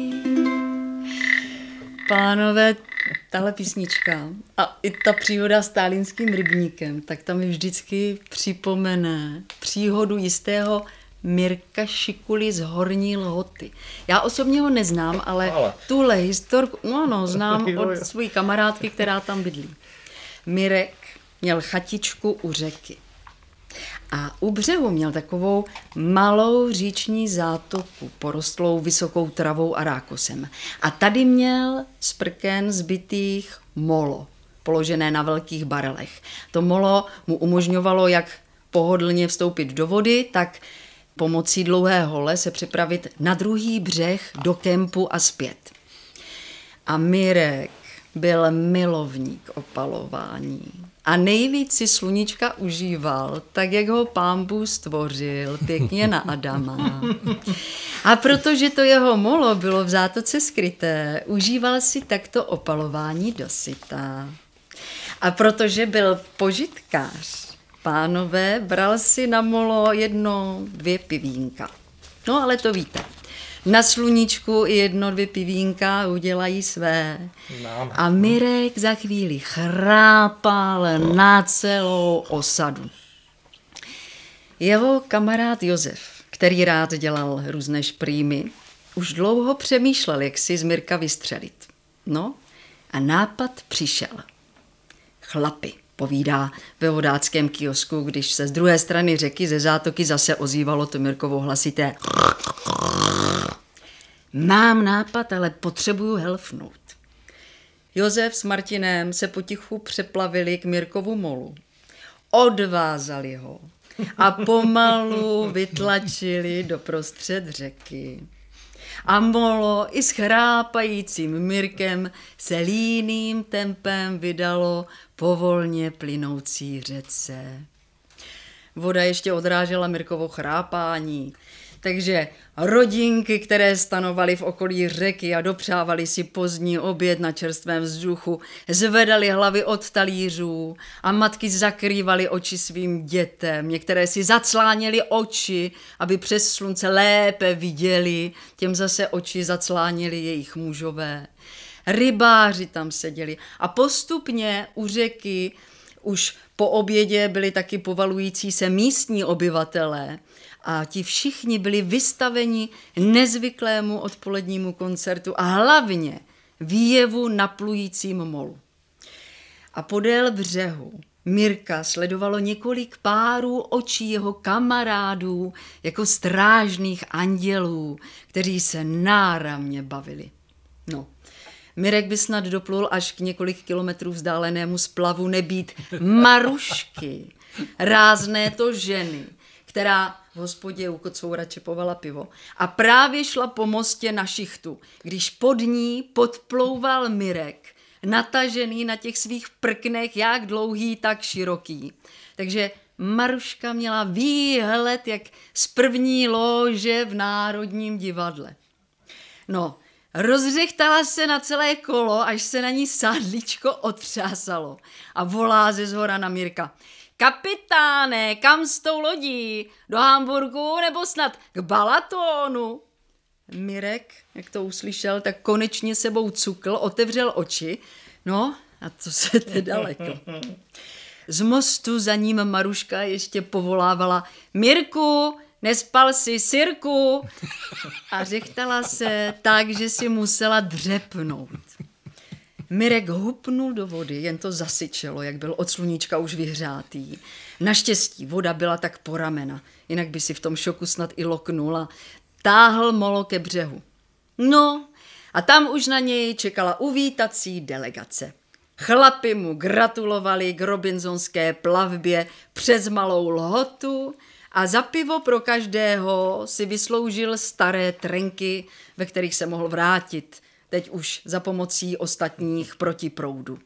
Pánové, tahle písnička a i ta příhoda s Tálínským rybníkem, tak tam mi vždycky připomene příhodu jistého Mirka Šikuly z Horní Lhoty. Já osobně ho neznám, ale, ale. tuhle historku, no no, znám od své kamarádky, která tam bydlí. Mirek měl chatičku u řeky. A u břehu měl takovou malou říční zátoku, porostlou vysokou travou a rákosem. A tady měl z prken zbytých molo, položené na velkých barelech. To molo mu umožňovalo jak pohodlně vstoupit do vody, tak pomocí dlouhé hole se připravit na druhý břeh do kempu a zpět. A Mirek byl milovník opalování. A nejvíc si sluníčka užíval, tak jak ho Pán Bůh stvořil, pěkně na Adama. A protože to jeho molo bylo v zátoce skryté, užíval si takto opalování dosyta. A protože byl požitkář, pánové, bral si na molo jedno, dvě pivínka. No ale to víte. Na sluníčku jedno, dvě pivínka udělají své. A Mirek za chvíli chrápal na celou osadu. Jeho kamarád Josef, který rád dělal různé šprýmy, už dlouho přemýšlel, jak si z Mirka vystřelit. No a nápad přišel. Chlapi, povídá ve vodáckém kiosku, když se z druhé strany řeky ze zátoky zase ozývalo to Mirkovo hlasité. Mám nápad, ale potřebuju helfnout. Josef s Martinem se potichu přeplavili k Mirkovu molu. Odvázali ho a pomalu vytlačili do prostřed řeky. A molo i s chrápajícím Mirkem se líným tempem vydalo po volně plynoucí řece. Voda ještě odrážela Mirkovo chrápání, takže rodinky, které stanovaly v okolí řeky a dopřávali si pozdní oběd na čerstvém vzduchu, zvedaly hlavy od talířů a matky zakrývaly oči svým dětem. Některé si zacláněly oči, aby přes slunce lépe viděli, těm zase oči zacláněly jejich mužové. Rybáři tam seděli a postupně u řeky už po obědě byli taky povalující se místní obyvatelé a ti všichni byli vystaveni nezvyklému odpolednímu koncertu a hlavně výjevu na plujícím molu. A podél břehu Mirka sledovalo několik párů očí jeho kamarádů jako strážných andělů, kteří se náramně bavili. No, Mirek by snad doplul až k několik kilometrů vzdálenému splavu nebýt Marušky, rázné to ženy, která v hospodě u Kocvoura čepovala pivo a právě šla po mostě na šichtu, když pod ní podplouval Mirek natažený na těch svých prknech, jak dlouhý, tak široký. Takže Maruška měla výhled jak z první lože v Národním divadle. No, rozřechtala se na celé kolo, až se na ní sádličko otřásalo a volá ze zhora na Mirka. Kapitáne, kam s tou lodí? Do Hamburgu nebo snad k Balatonu? Mirek, jak to uslyšel, tak konečně sebou cukl, otevřel oči. No, a to se teda lekl. Z mostu za ním Maruška ještě povolávala Mirku, nespal si, Sirku. A řechtala se tak, že si musela dřepnout. Mirek hupnul do vody, jen to zasyčelo, jak byl od sluníčka už vyhřátý. Naštěstí voda byla tak po ramena, jinak by si v tom šoku snad i loknul a táhl molo ke břehu. No, a tam už na něj čekala uvítací delegace. Chlapi mu gratulovali k robinsonské plavbě přes Malou Lhotu a za pivo pro každého si vysloužil staré trenky, ve kterých se mohl vrátit, teď už za pomocí ostatních proti proudu.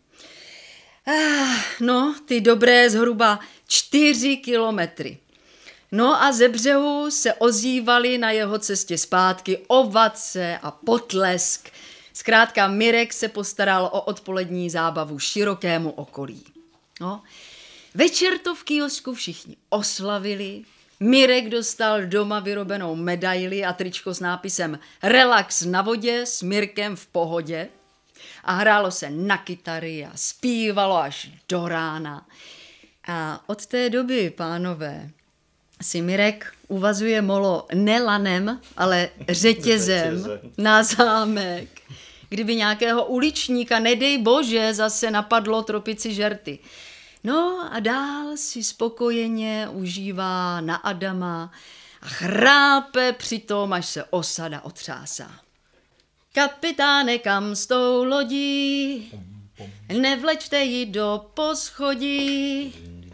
Ah, no, ty dobré zhruba čtyři kilometry. No a ze břehu se ozývaly na jeho cestě zpátky ovace a potlesk. Zkrátka Mirek se postaral o odpolední zábavu širokému okolí. No, večer to v kiosku všichni oslavili. Mirek dostal doma vyrobenou medaili a tričko s nápisem Relax na vodě s Mirkem v pohodě. A hrálo se na kytary a zpívalo až do rána. A od té doby, pánové, si Mirek uvazuje molo ne lanem, ale řetězem na zámek. Kdyby nějakého uličníka, nedej bože, zase napadlo tropit si žerty. No a dál si spokojeně užívá na Adama a chrápe přitom, až se osada otřásá. Kapitáne, kam s tou lodí? Nevlečte ji do poschodí.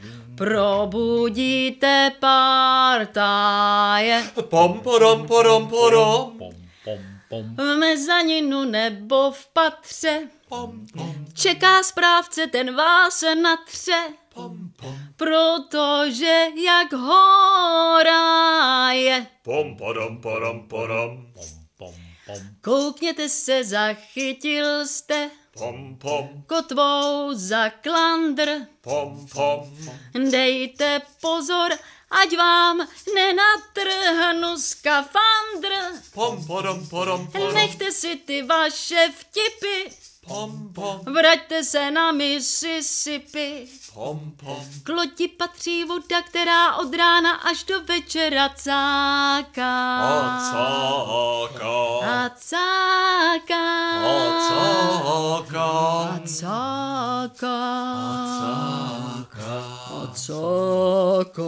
Probudíte partaje. Pom, podom, podom, podom. V mezaninu nebo v patře. Čeká správce, ten vás natře. Protože jak hora je. Pom, podom, podom, podom. Koukněte se, zachytil jste Pom, pom, kotvou za klandr. pom, pom. Dejte pozor, ať vám nenatrhnu skafandr. Pom, podom, podom, podom. Nechte si ty vaše vtipy, Pom, pom, vraťte se na Mississippi. pom, pom. K lodi patří voda, která od rána až do večera cáká. A cáka. A cáká. A cáka. A cáká. A cáká.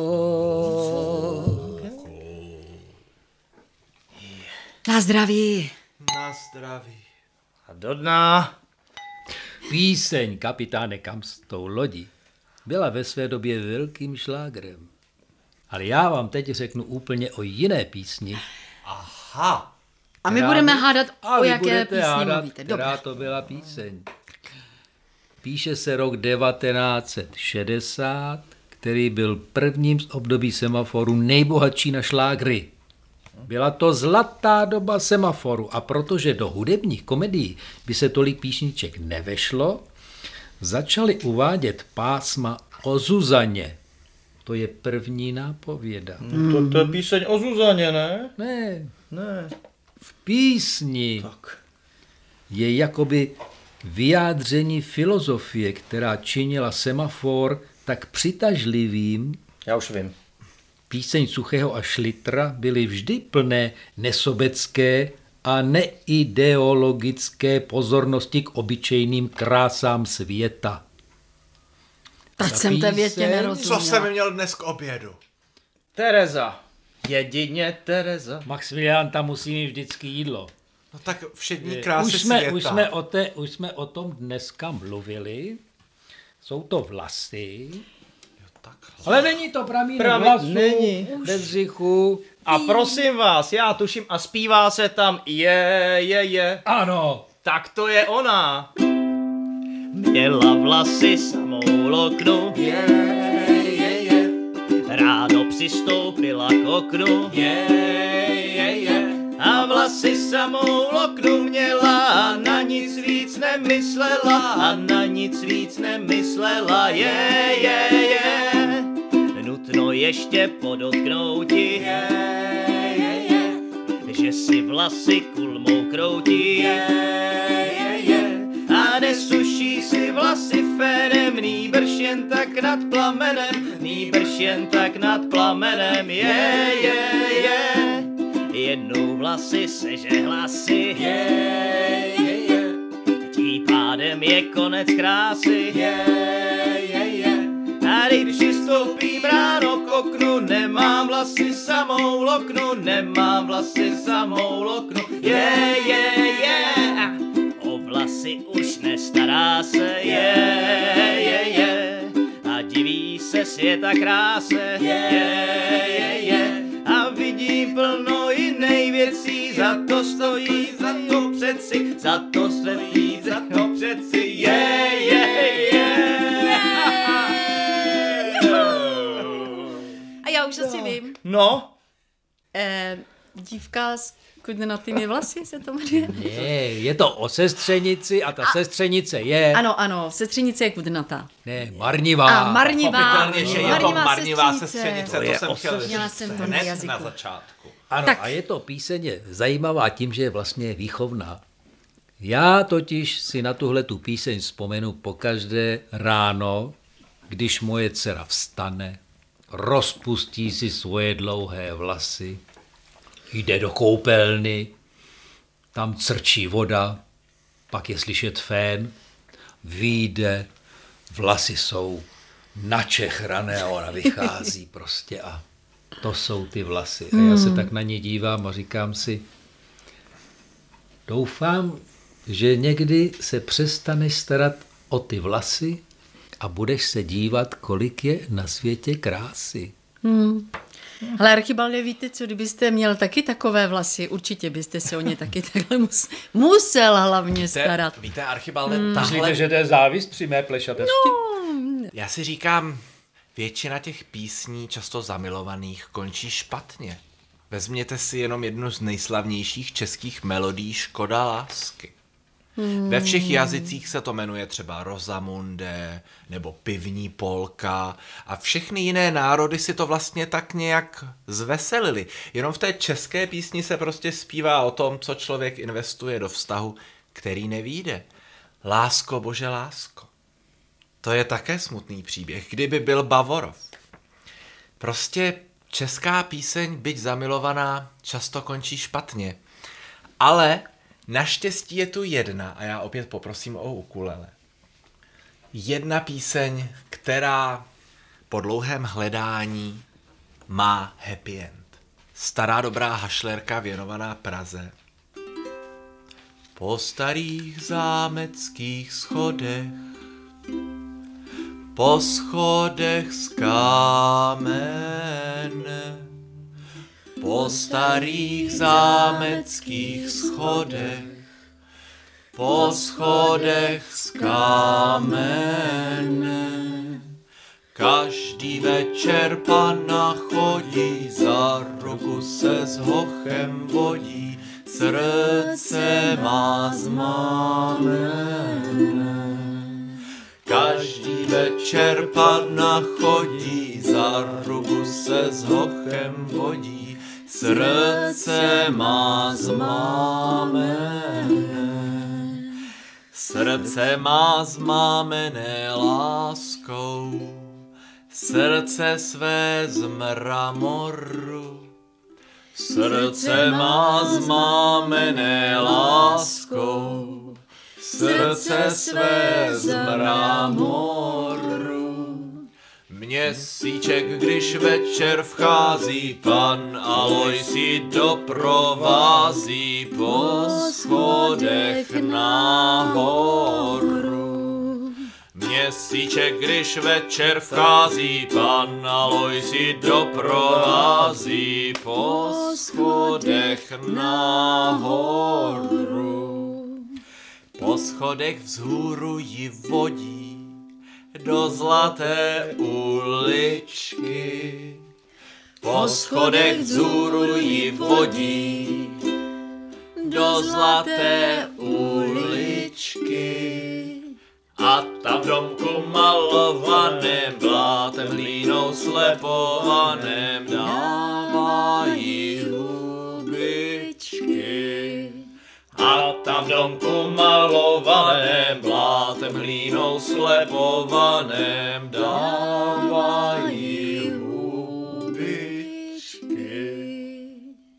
Na zdraví. Na zdraví. A do dna. Píseň Kapitáne, kam s tou lodí byla ve své době velkým šlágrem. Ale já vám teď řeknu úplně o jiné písni. Aha. A my která budeme by- hádat, a o vy jaké budete písni hádat, mluvíte. která Dobře. to byla píseň. Píše se rok devatenáct set šedesát, který byl prvním z období semaforu nejbohatší na šlágry. Byla to zlatá doba semaforu a protože do hudebních komedií by se tolik písniček nevešlo, začali uvádět pásma o Zuzaně. To je první nápověda. To, to je píseň o Zuzaně, ne? Ne, Ne. v písni Tak. je jakoby vyjádření filozofie, která činila semafor tak přitažlivým. Já už vím. Píseň Suchého a Šlitra byly vždy plné nesobecké a neideologické pozornosti k obyčejným krásám světa. Tak Za jsem té větě píseň? nerozuměla. Co jsem měl dnes k obědu? Tereza. Jedině Tereza. Maximilián, tam musí mít vždycky jídlo. No tak všední krásy Už jsme, světa. už, jsme o té, už jsme o tom dneska mluvili. Jsou to vlasy. Ale není to pramínek Pramen- vlasů, není. bez břichu. A prosím vás, já tuším a zpívá se tam je, je, je. Ano. Tak to je ona. měla vlasy samou loknu, je, je, je, ráno přistoupila k oknu, je, je, je, a vlasy samou loknu měla a na nic víc nemyslela, a na nic víc nemyslela, je, je, je. Nutno ještě podotknouti, je, je, je, že si vlasy kulmou kroutí, je, je, je, a nesuší si vlasy fénem, nýbrž jen tak nad plamenem, nýbrž jen tak nad plamenem, je, je, je. Jednou vlasy seže hlasy, je, je, je, tím pádem je konec krásy, je, je, je, a když přistoupím ráno k oknu, nemám vlasy samou loknu, nemám vlasy samou loknu, je, je, je. O vlasy už nestará se, je, je, je, a diví se světa kráse, je, je, je, a vidí plno jiných věcí, za to stojí, za to přeci, za to stojí, za to přeci, je, je, je. A já už asi vím. No, Eh, dívka s kudrnatými vlasy se to jmenuje? Ne, je to o sestřenici a ta sestřenice je... Ano, ano, sestřenice je kudrnatá. Ne, marnivá. A marnivá, pochopitelně, že je to marnivá sestřenice, To to je jsem chtěl osestřenice. Měla říct jsem to na hned jazyku. na začátku. Ano, Tak. a je to píseň zajímavá tím, že je vlastně výchovná. Já totiž si na tuhle tu píseň vzpomenu pokaždé ráno, když moje dcera vstane, rozpustí si svoje dlouhé vlasy, jde do koupelny, tam crčí voda, pak je slyšet fén, vyjde, vlasy jsou načechrané a ona vychází prostě a to jsou ty vlasy. A já se tak na ně dívám a říkám si, doufám, že někdy se přestaneš starat o ty vlasy a budeš se dívat, kolik je na světě krásy. Ale Archibalde, víte co, kdybyste měl taky takové vlasy, určitě byste se o ně taky takhle mus, musel hlavně starat. Víte, víte Archibalde, tahle, Myslíte, že to je závist při mé plešatosti? No. já si říkám, většina těch písní, často zamilovaných, končí špatně. Vezměte si jenom jednu z nejslavnějších českých melodií Škoda lásky. Hmm. Ve všech jazycích se to jmenuje třeba Rozamunde nebo Pivní polka a všechny jiné národy si to vlastně tak nějak zveselili. Jenom v té české písni se prostě zpívá o tom, co člověk investuje do vztahu, který nevyjde. Lásko, bože lásko. To je také smutný příběh, kdyby byl Bavorov. Prostě česká píseň, byť zamilovaná, často končí špatně. Ale naštěstí je tu jedna, a já opět poprosím o ukulele. Jedna píseň, která po dlouhém hledání má happy end. Stará dobrá hašlerka věnovaná Praze. Po starých zámeckých schodech, po schodech z kámene, po starých zámeckých schodech, po schodech z kámene. Každý večer pana chodí, za ruku se s hochem vodí, srdce má zmámené. Každý večer pana chodí, za ruku se s hochem vodí, srdce má zmámené. Srdce má zmámené láskou, srdce své z mramoru. Srdce má zmámené láskou, srdce své z mramoru. Měsíček, když večer vchází, pan Alojsi doprovází po schodech nahoru. Měsíček, když večer vchází, pan Alojsi doprovází po schodech nahoru. Po schodech vzhůru ji vodí do zlaté uličky. Po schodech vzhůru ji vodí do zlaté uličky. A tam v domku malovaném, blátem hlínou slepovaném, dávají hubičky. A tam v domku malovaném, blátem hlínou slepovaném, dávají hubičky.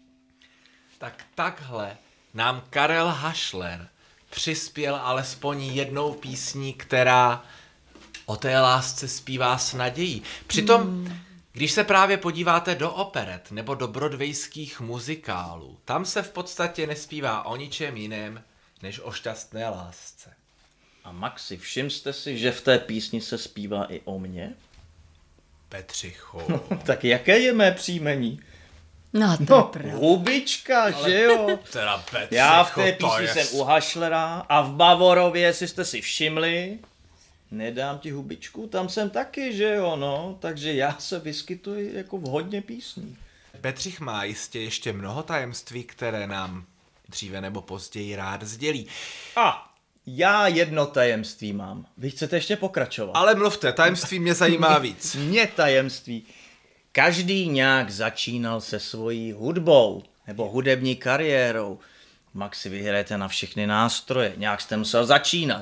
Tak takhle nám Karel Hašler přispěl alespoň jednou písní, která o té lásce zpívá s nadějí. Přitom, mm. když se právě podíváte do operet nebo do broadwayských muzikálů, tam se v podstatě nespívá o ničem jiném, než o šťastné lásce. A Maxi, všim jste si, že v té písni se zpívá i o mně? Petřichu. Tak jaké je mé příjmení? No, to No, je pravda. hubička, ale... že jo? Teda Petřichu, Já v té písni je... jsem u Hašlera a v Bavorově, jestli jste si všimli, nedám ti hubičku, tam jsem taky, že jo, no. Takže já se vyskytuji jako v hodně písní. Petřich má jistě ještě mnoho tajemství, které nám dříve nebo později rád sdělí. A já jedno tajemství mám. Vy chcete ještě pokračovat? Ale mluvte, tajemství mě zajímá víc. Mě tajemství. Každý nějak začínal se svojí hudbou nebo hudební kariérou. Maxi, vy hrajete na všechny nástroje, nějak jste musel začínat.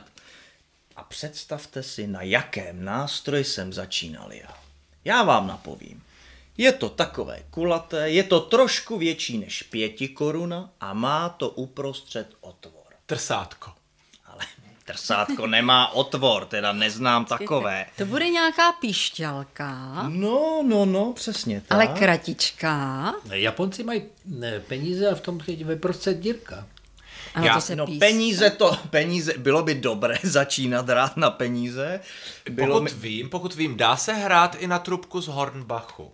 A představte si, na jakém nástroji jsem začínal já. Já vám napovím. Je to takové kulaté, je to trošku větší než pěti koruna a má to uprostřed otvor. Trsátko. Ale trsátko nemá otvor, teda neznám takové. To bude nějaká píšťalka, No, no, no, přesně tak. ale kratičká. Japonci mají ne, peníze a v tom je vyprostřed dírka. Ano, Já- to se No písne. peníze to, peníze, bylo by dobré začínat hrát na peníze. Bylo Pokud mi, vím, pokud vím, dá se hrát i na trubku z Hornbachu.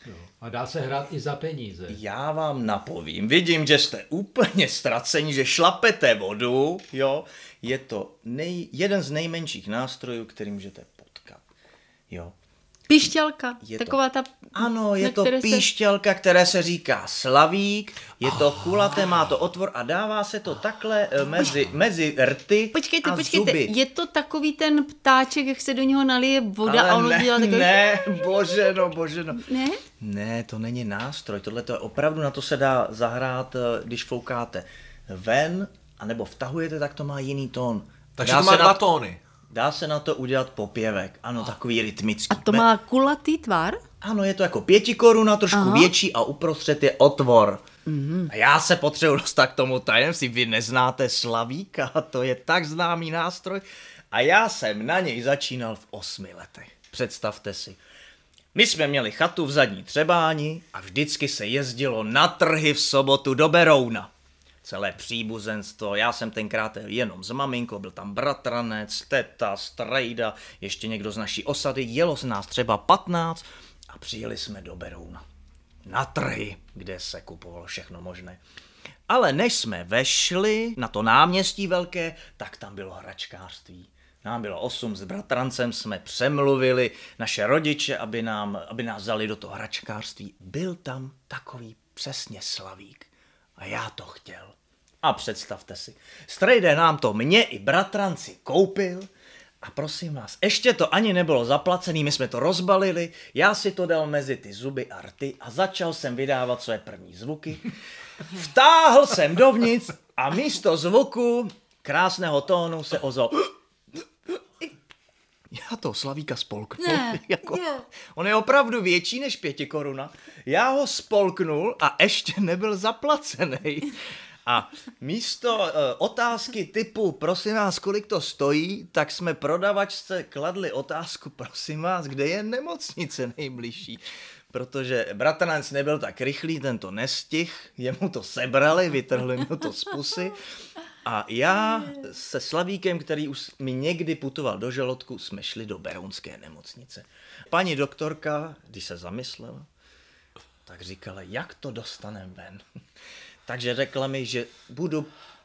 A dá se hrát i za peníze. já vám napovím, vidím, že jste úplně ztraceni, že šlapete vodu, jo. Je to nej, jeden z nejmenších nástrojů, který můžete potkat, jo. Píšťalka, Je to- taková ta... Ano, je na to které se- píšťalka, které se říká slavík, je to kulaté, má to otvor a dává se to takhle eh, mezi, mezi rty Počkejte, a počkejte, zuby. je to takový ten ptáček, jak se do něho nalije voda Ale a ono ne, dělá takový... ne, bože no, bože no. Ne? Ne, to není nástroj, tohle to je opravdu, na to se dá zahrát, eh, když foukáte ven, anebo vtahujete, tak to má jiný tón. Takže Dá to má se dva na, tóny. Dá se na to udělat popěvek, ano, takový rytmický. A to Be- má kulatý tvar? Ano, je to jako pěti koruna, trošku Aha. větší a uprostřed je otvor. Mm-hmm. A já se potřebuji dostat k tomu tajemství, vy neznáte slavíka, to je tak známý nástroj. A já jsem na něj začínal v osmi letech. Představte si. My jsme měli chatu v Zadní Třebáni a vždycky se jezdilo na trhy v sobotu do Berouna. Celé příbuzenstvo, já jsem tenkrát jenom s maminkou, byl tam bratranec, teta, strejda, ještě někdo z naší osady, jelo z nás třeba patnáct a přijeli jsme do Berouna. Na trhy, kde se kupovalo všechno možné. Ale než jsme vešli na to náměstí velké, tak tam bylo hračkářství. Nám bylo osm, s bratrancem jsme přemluvili naše rodiče, aby, nám, aby nás vzali do toho hračkářství. Byl tam takový přesně slavík. A já to chtěl. A představte si, strejde nám to mě i bratranci koupil a prosím vás, ještě to ani nebylo zaplacený, my jsme to rozbalili, já si to dal mezi ty zuby a rty a začal jsem vydávat své první zvuky. Vtáhl jsem dovnitř a místo zvuku krásného tónu se ozval. Já toho slavíka spolknul. Ne, jako, ne. on je opravdu větší než pěti koruna. Já ho spolknul a ještě nebyl zaplacený. A místo uh, otázky typu, prosím vás, kolik to stojí, tak jsme prodavačce kladli otázku, prosím vás, kde je nemocnice nejbližší. Protože bratranec nebyl tak rychlý, ten to nestih, jemu to sebrali, vytrhli mu to z pusy. A já se Slavíkem, který už mi někdy putoval do žaludku, jsme šli do berounské nemocnice. Paní doktorka, když se zamyslela, tak říkala, jak to dostaneme ven. Takže řekla mi, že budu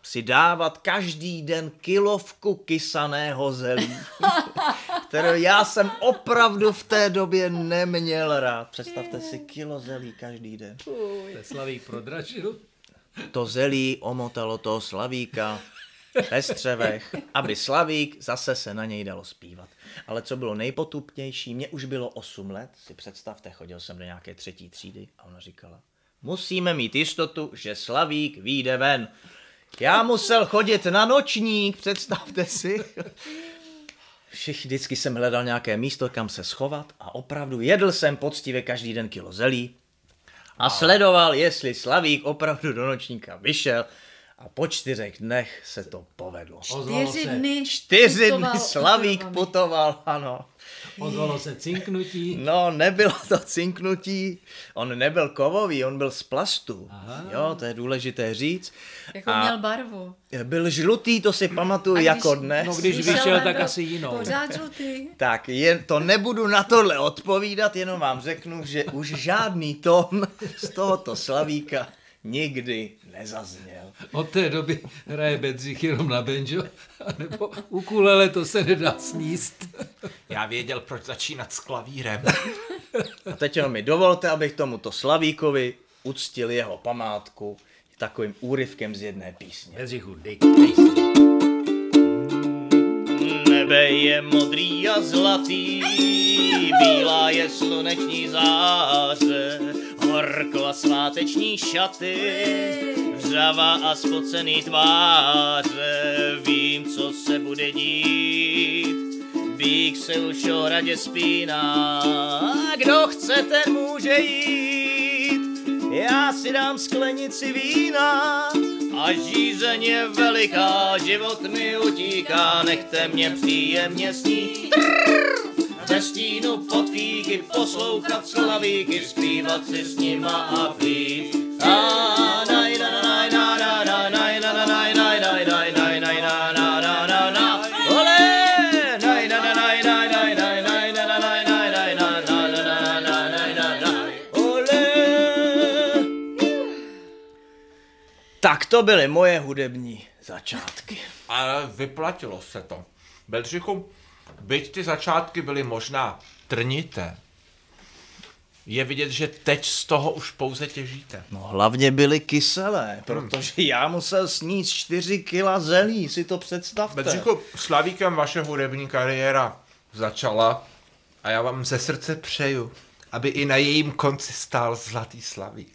si dávat každý den kilovku kysaného zelí, kterou já jsem opravdu v té době neměl rád. Představte si kilo zelí každý den. To je Slavík prodražil. To zelí omotalo toho Slavíka ve střevech, aby Slavík zase se na něj dalo zpívat. Ale co bylo nejpotupnější, mě už bylo osm let, si představte, chodil jsem do nějaké třetí třídy a ona říkala, musíme mít jistotu, že Slavík vyjde ven. Já musel chodit na nočník, představte si. Všichni vždycky jsem hledal nějaké místo, kam se schovat a opravdu jedl jsem poctivě každý den kilo zelí a sledoval, jestli Slavík opravdu do nočníka vyšel a po čtyřech dnech se to povedlo. Čtyři dny Čtyři dny putoval Slavík otravami. putoval, ano. Ozvalo se cinknutí. No, nebylo to cinknutí, on nebyl kovový, on byl z plastu. Aha. Jo, to je důležité říct. Jako A měl barvu. byl žlutý, to si pamatuju A když- jako dnes. No, když Vyšel vyšel, ven, tak byl asi jinou. Pořád žlutý. Tak jen to nebudu na tohle odpovídat, jenom vám řeknu, že už žádný tón z tohoto Slavíka nikdy nezazněl. Od té doby hraje Bedřich jenom na banjo, nebo ukulele, to se nedá sníst. Já věděl, proč začínat s klavírem. A teď jenom mi dovolte, abych tomuto Slavíkovi uctil jeho památku takovým úryvkem z jedné písně. Bedřichu, dej, dej si. Nebe je modrý a zlatý, bílá je sluneční záře, horko a sváteční šaty, vřava a spocený tváře, vím, co se bude dít, bík se už o radě spíná, kdo chce, ten může jít, já si dám sklenici vína, a žízeň je veliká, život mi utíká, nechte mě příjemně snít. Ve stínu pod fíky poslouchat Slavíky, zpívat si s nima a pít. A naj na na na na na na na na na na na na na na na na na na na ole naj na na na na na na na na na na na na na na na na ole. Tak to byly moje hudební začátky. Ale vyplatilo se to. Bedřichu, byť ty začátky byly možná trnité, je vidět, že teď z toho už pouze těžíte. No hlavně byly kyselé, protože já musel sníst čtyři kila zelí, si to představte. Bedřichu, Slavíkem vaše hudební kariéra začala a já vám ze srdce přeju, aby i na jejím konci stál Zlatý Slavík.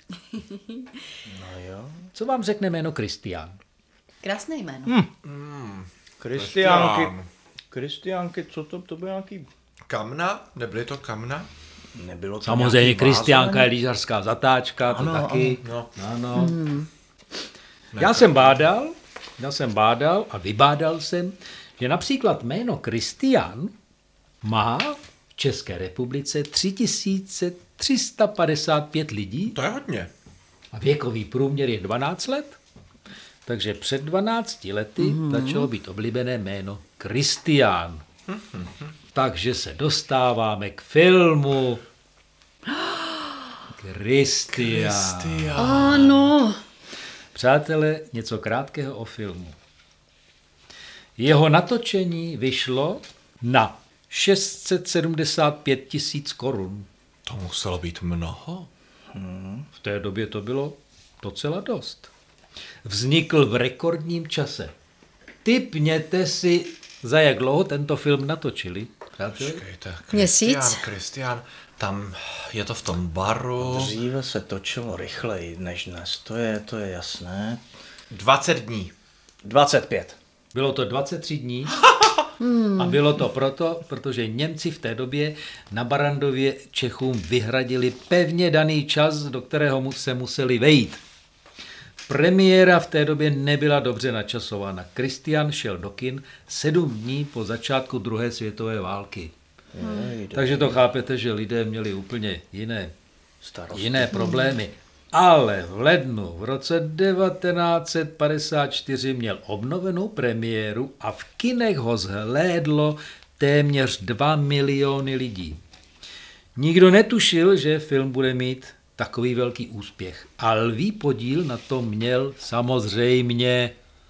Co vám řekne jméno Kristián? Krásné jméno. Hm. Kristiánky. Kristiánky, co to, to bylo nějaký... Kamna? Nebyly to kamna? Nebylo to Samozřejmě nějaký Kristiánka vázaný? je lyžařská zatáčka, to Ano, taky. No. Ano. Hmm. Já jsem bádal, já jsem bádal a vybádal jsem, že například jméno Kristián má v České republice tři tisíce tři sta padesát pět lidí To je hodně. a věkový průměr je dvanáct let. Takže před dvanácti lety mm-hmm. začalo být oblíbené jméno Kristián. Mm-hmm. Takže se dostáváme k filmu Kristián. Ano. Přátelé, něco krátkého o filmu. Jeho natočení vyšlo na šest set sedmdesát pět tisíc korun. To muselo být mnoho. V té době to bylo docela dost. Vznikl v rekordním čase. Tipněte si, za jak dlouho tento film natočili. Přátelé? Počkejte, Měsíc? Kristián, Kristián, tam je to v tom baru. Dříve se točilo rychleji než dnes, to je, to je jasné. dvacet dní. dvacet pět. Bylo to dvacet tři dní a bylo to proto, protože Němci v té době na Barandově Čechům vyhradili pevně daný čas, do kterého mu- se museli vejít. Premiéra v té době nebyla dobře načasována. Kristián šel do kin sedm dní po začátku druhé světové války. Jej, Takže to chápete, že lidé měli úplně jiné, starosti. jiné problémy. Ale v lednu v roce devatenáct set padesát čtyři měl obnovenou premiéru a v kinech ho zhlédlo téměř dva miliony lidí. Nikdo netušil, že film bude mít takový velký úspěch. A lví podíl na tom měl samozřejmě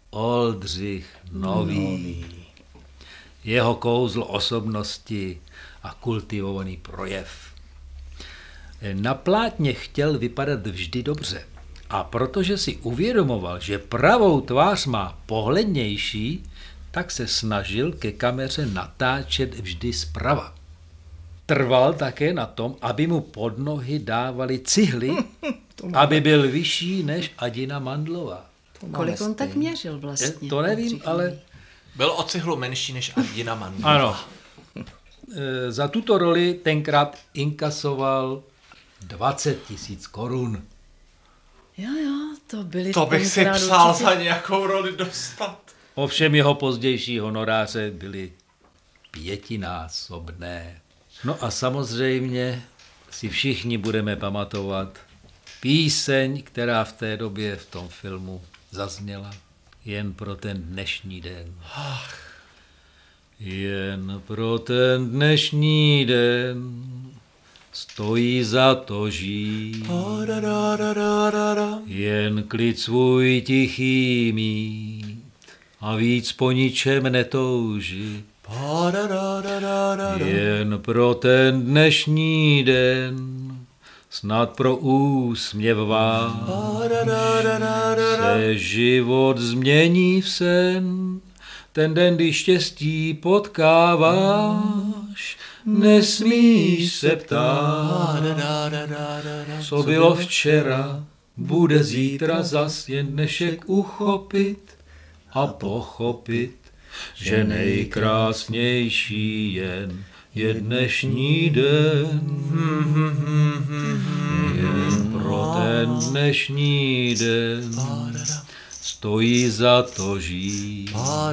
Oldřich Nový. Nový. Jeho kouzlo osobnosti a kultivovaný projev. Na plátně chtěl vypadat vždy dobře. A protože si uvědomoval, že pravou tvář má pohlednější, tak se snažil ke kameře natáčet vždy zprava. Trval také na tom, aby mu pod nohy dávali cihly, aby byl vyšší než Adina Mandlová. Kolik on tak měřil vlastně? To nevím, ale... Byl o cihlu menší než Adina Mandlová. Ano. E, za tuto roli tenkrát inkasoval dvacet tisíc korun. Jo, jo, to byly... To bych si přál určitě... za nějakou roli dostat. Ovšem jeho pozdější honoráře byly pětinásobné. No a samozřejmě si všichni budeme pamatovat píseň, která v té době v tom filmu zazněla. Jen pro ten dnešní den. Ach. Jen pro ten dnešní den stojí za to žít. Jen klid svůj tichý mít a víc po ničem netoužit. Jen pro ten dnešní den snad pro úsměv váš se život změní v sen. Ten den, kdy štěstí potkáváš, nesmíš se ptát, co bylo včera, bude zítra zas, jen dnešek uchopit a pochopit, že nejkrásnější jen je dnešní den. Jen pro ten dnešní den stojí za to žít.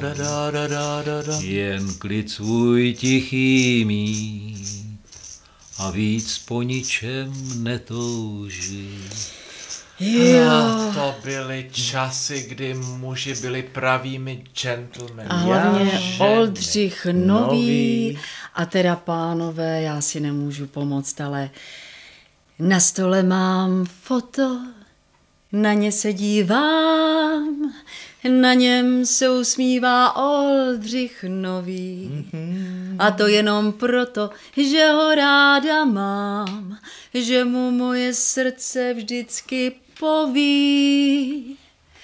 Jen klid svůj tichý mít a víc po ničem netoužit. Jo. To byly časy, kdy muži byli pravými gentlemany. A hlavně Oldřich Nový. Nový. A teda pánové, já si nemůžu pomoct, ale na stole mám foto, na ně se dívám, na něm se usmívá Oldřich Nový. Mm-hmm. A to jenom proto, že ho ráda mám, že mu moje srdce vždycky poví.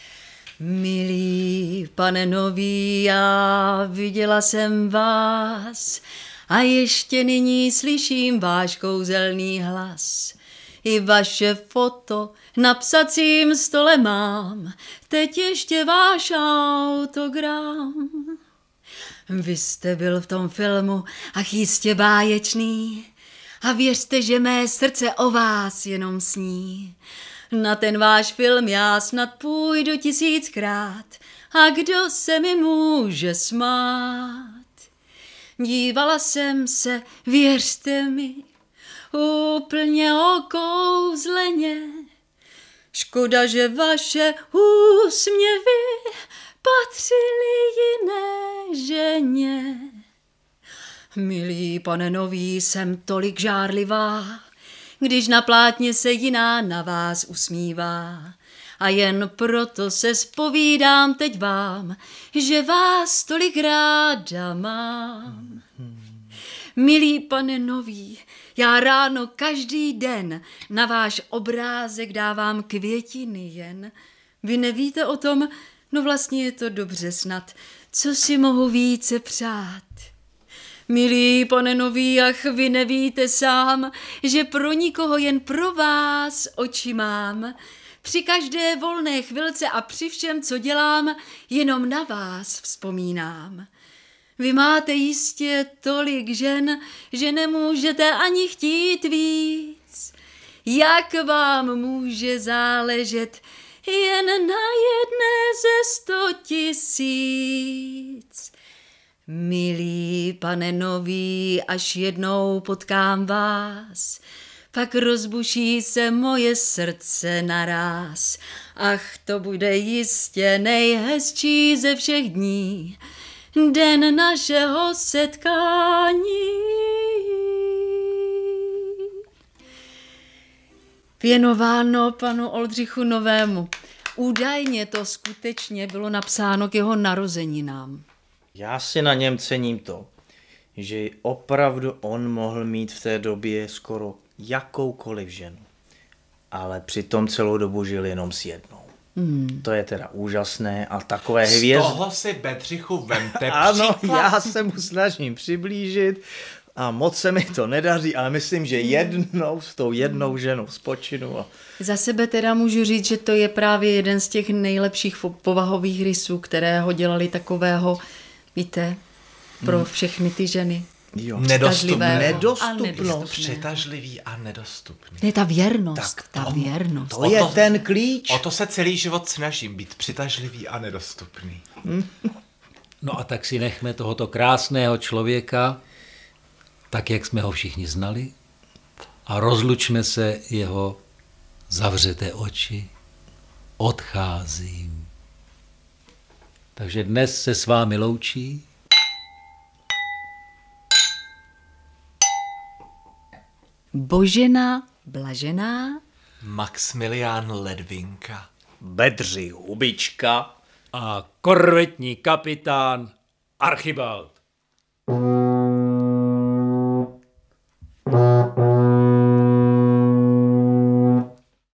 Milý pane Nový, já viděla jsem vás a ještě nyní slyším váš kouzelný hlas. I vaše foto na psacím stole mám, teď ještě váš autogram. Vy jste byl v tom filmu, ach jistě báječný, a věřte, že mé srdce o vás jenom sní. Na ten váš film já snad půjdu tisíckrát, a kdo se mi může smát? Dívala jsem se, věřte mi, úplně okouzleně. Škoda, že vaše úsměvy patřily jiné ženě. Milý pane Nový, jsem tolik žárlivá, když na plátně se jiná na vás usmívá. A jen proto se zpovídám teď vám, že vás tolik ráda mám. Milý pane Nový, já ráno každý den na váš obrázek dávám květiny jen. Vy nevíte o tom, no vlastně je to dobře snad, co si mohu více přát. Milý pane Nový, ach vy nevíte sám, že pro nikoho jen pro vás oči mám. Při každé volné chvilce a při všem, co dělám, jenom na vás vzpomínám. Vy máte jistě tolik žen, že nemůžete ani chtít víc. Jak vám může záležet jen na jedné ze sto tisíc? Milý pane Nový, až jednou potkám vás, pak rozbuší se moje srdce naráz. Ach, to bude jistě nejhezčí ze všech dní, den našeho setkání. Věnováno panu Oldřichu Novému. údajně to skutečně bylo napsáno k jeho narozeninám. Já si na něm cením to, že opravdu on mohl mít v té době skoro jakoukoliv ženu. Ale přitom celou dobu žil jenom s jednou. Hmm. To je teda úžasné a takové hvězdy. Z toho si, Bedřichu, vemte Ano, příklad. já se mu snažím přiblížit a moc se mi to nedaří, ale myslím, že jednou s tou jednou ženou spočinu. A... Za sebe teda můžu říct, že to je právě jeden z těch nejlepších fo- povahových rysů, které ho dělali takového, víte, pro všechny ty ženy. Jo. Přitažlivého Nedostupnost. a nedostupné. Přitažlivý a nedostupný. Ne, ta věrnost, Tak ta to- věrnost. To je ten klíč. O to se celý život snažím, být přitažlivý a nedostupný. No a tak si nechme tohoto krásného člověka, tak jak jsme ho všichni znali, a rozlučme se jeho zavřeté oči. Odcházím. Takže dnes se s vámi loučí Božena Blažená Maximilián Ledvinka. Bedřich Hubička. a korvetní kapitán Archibald.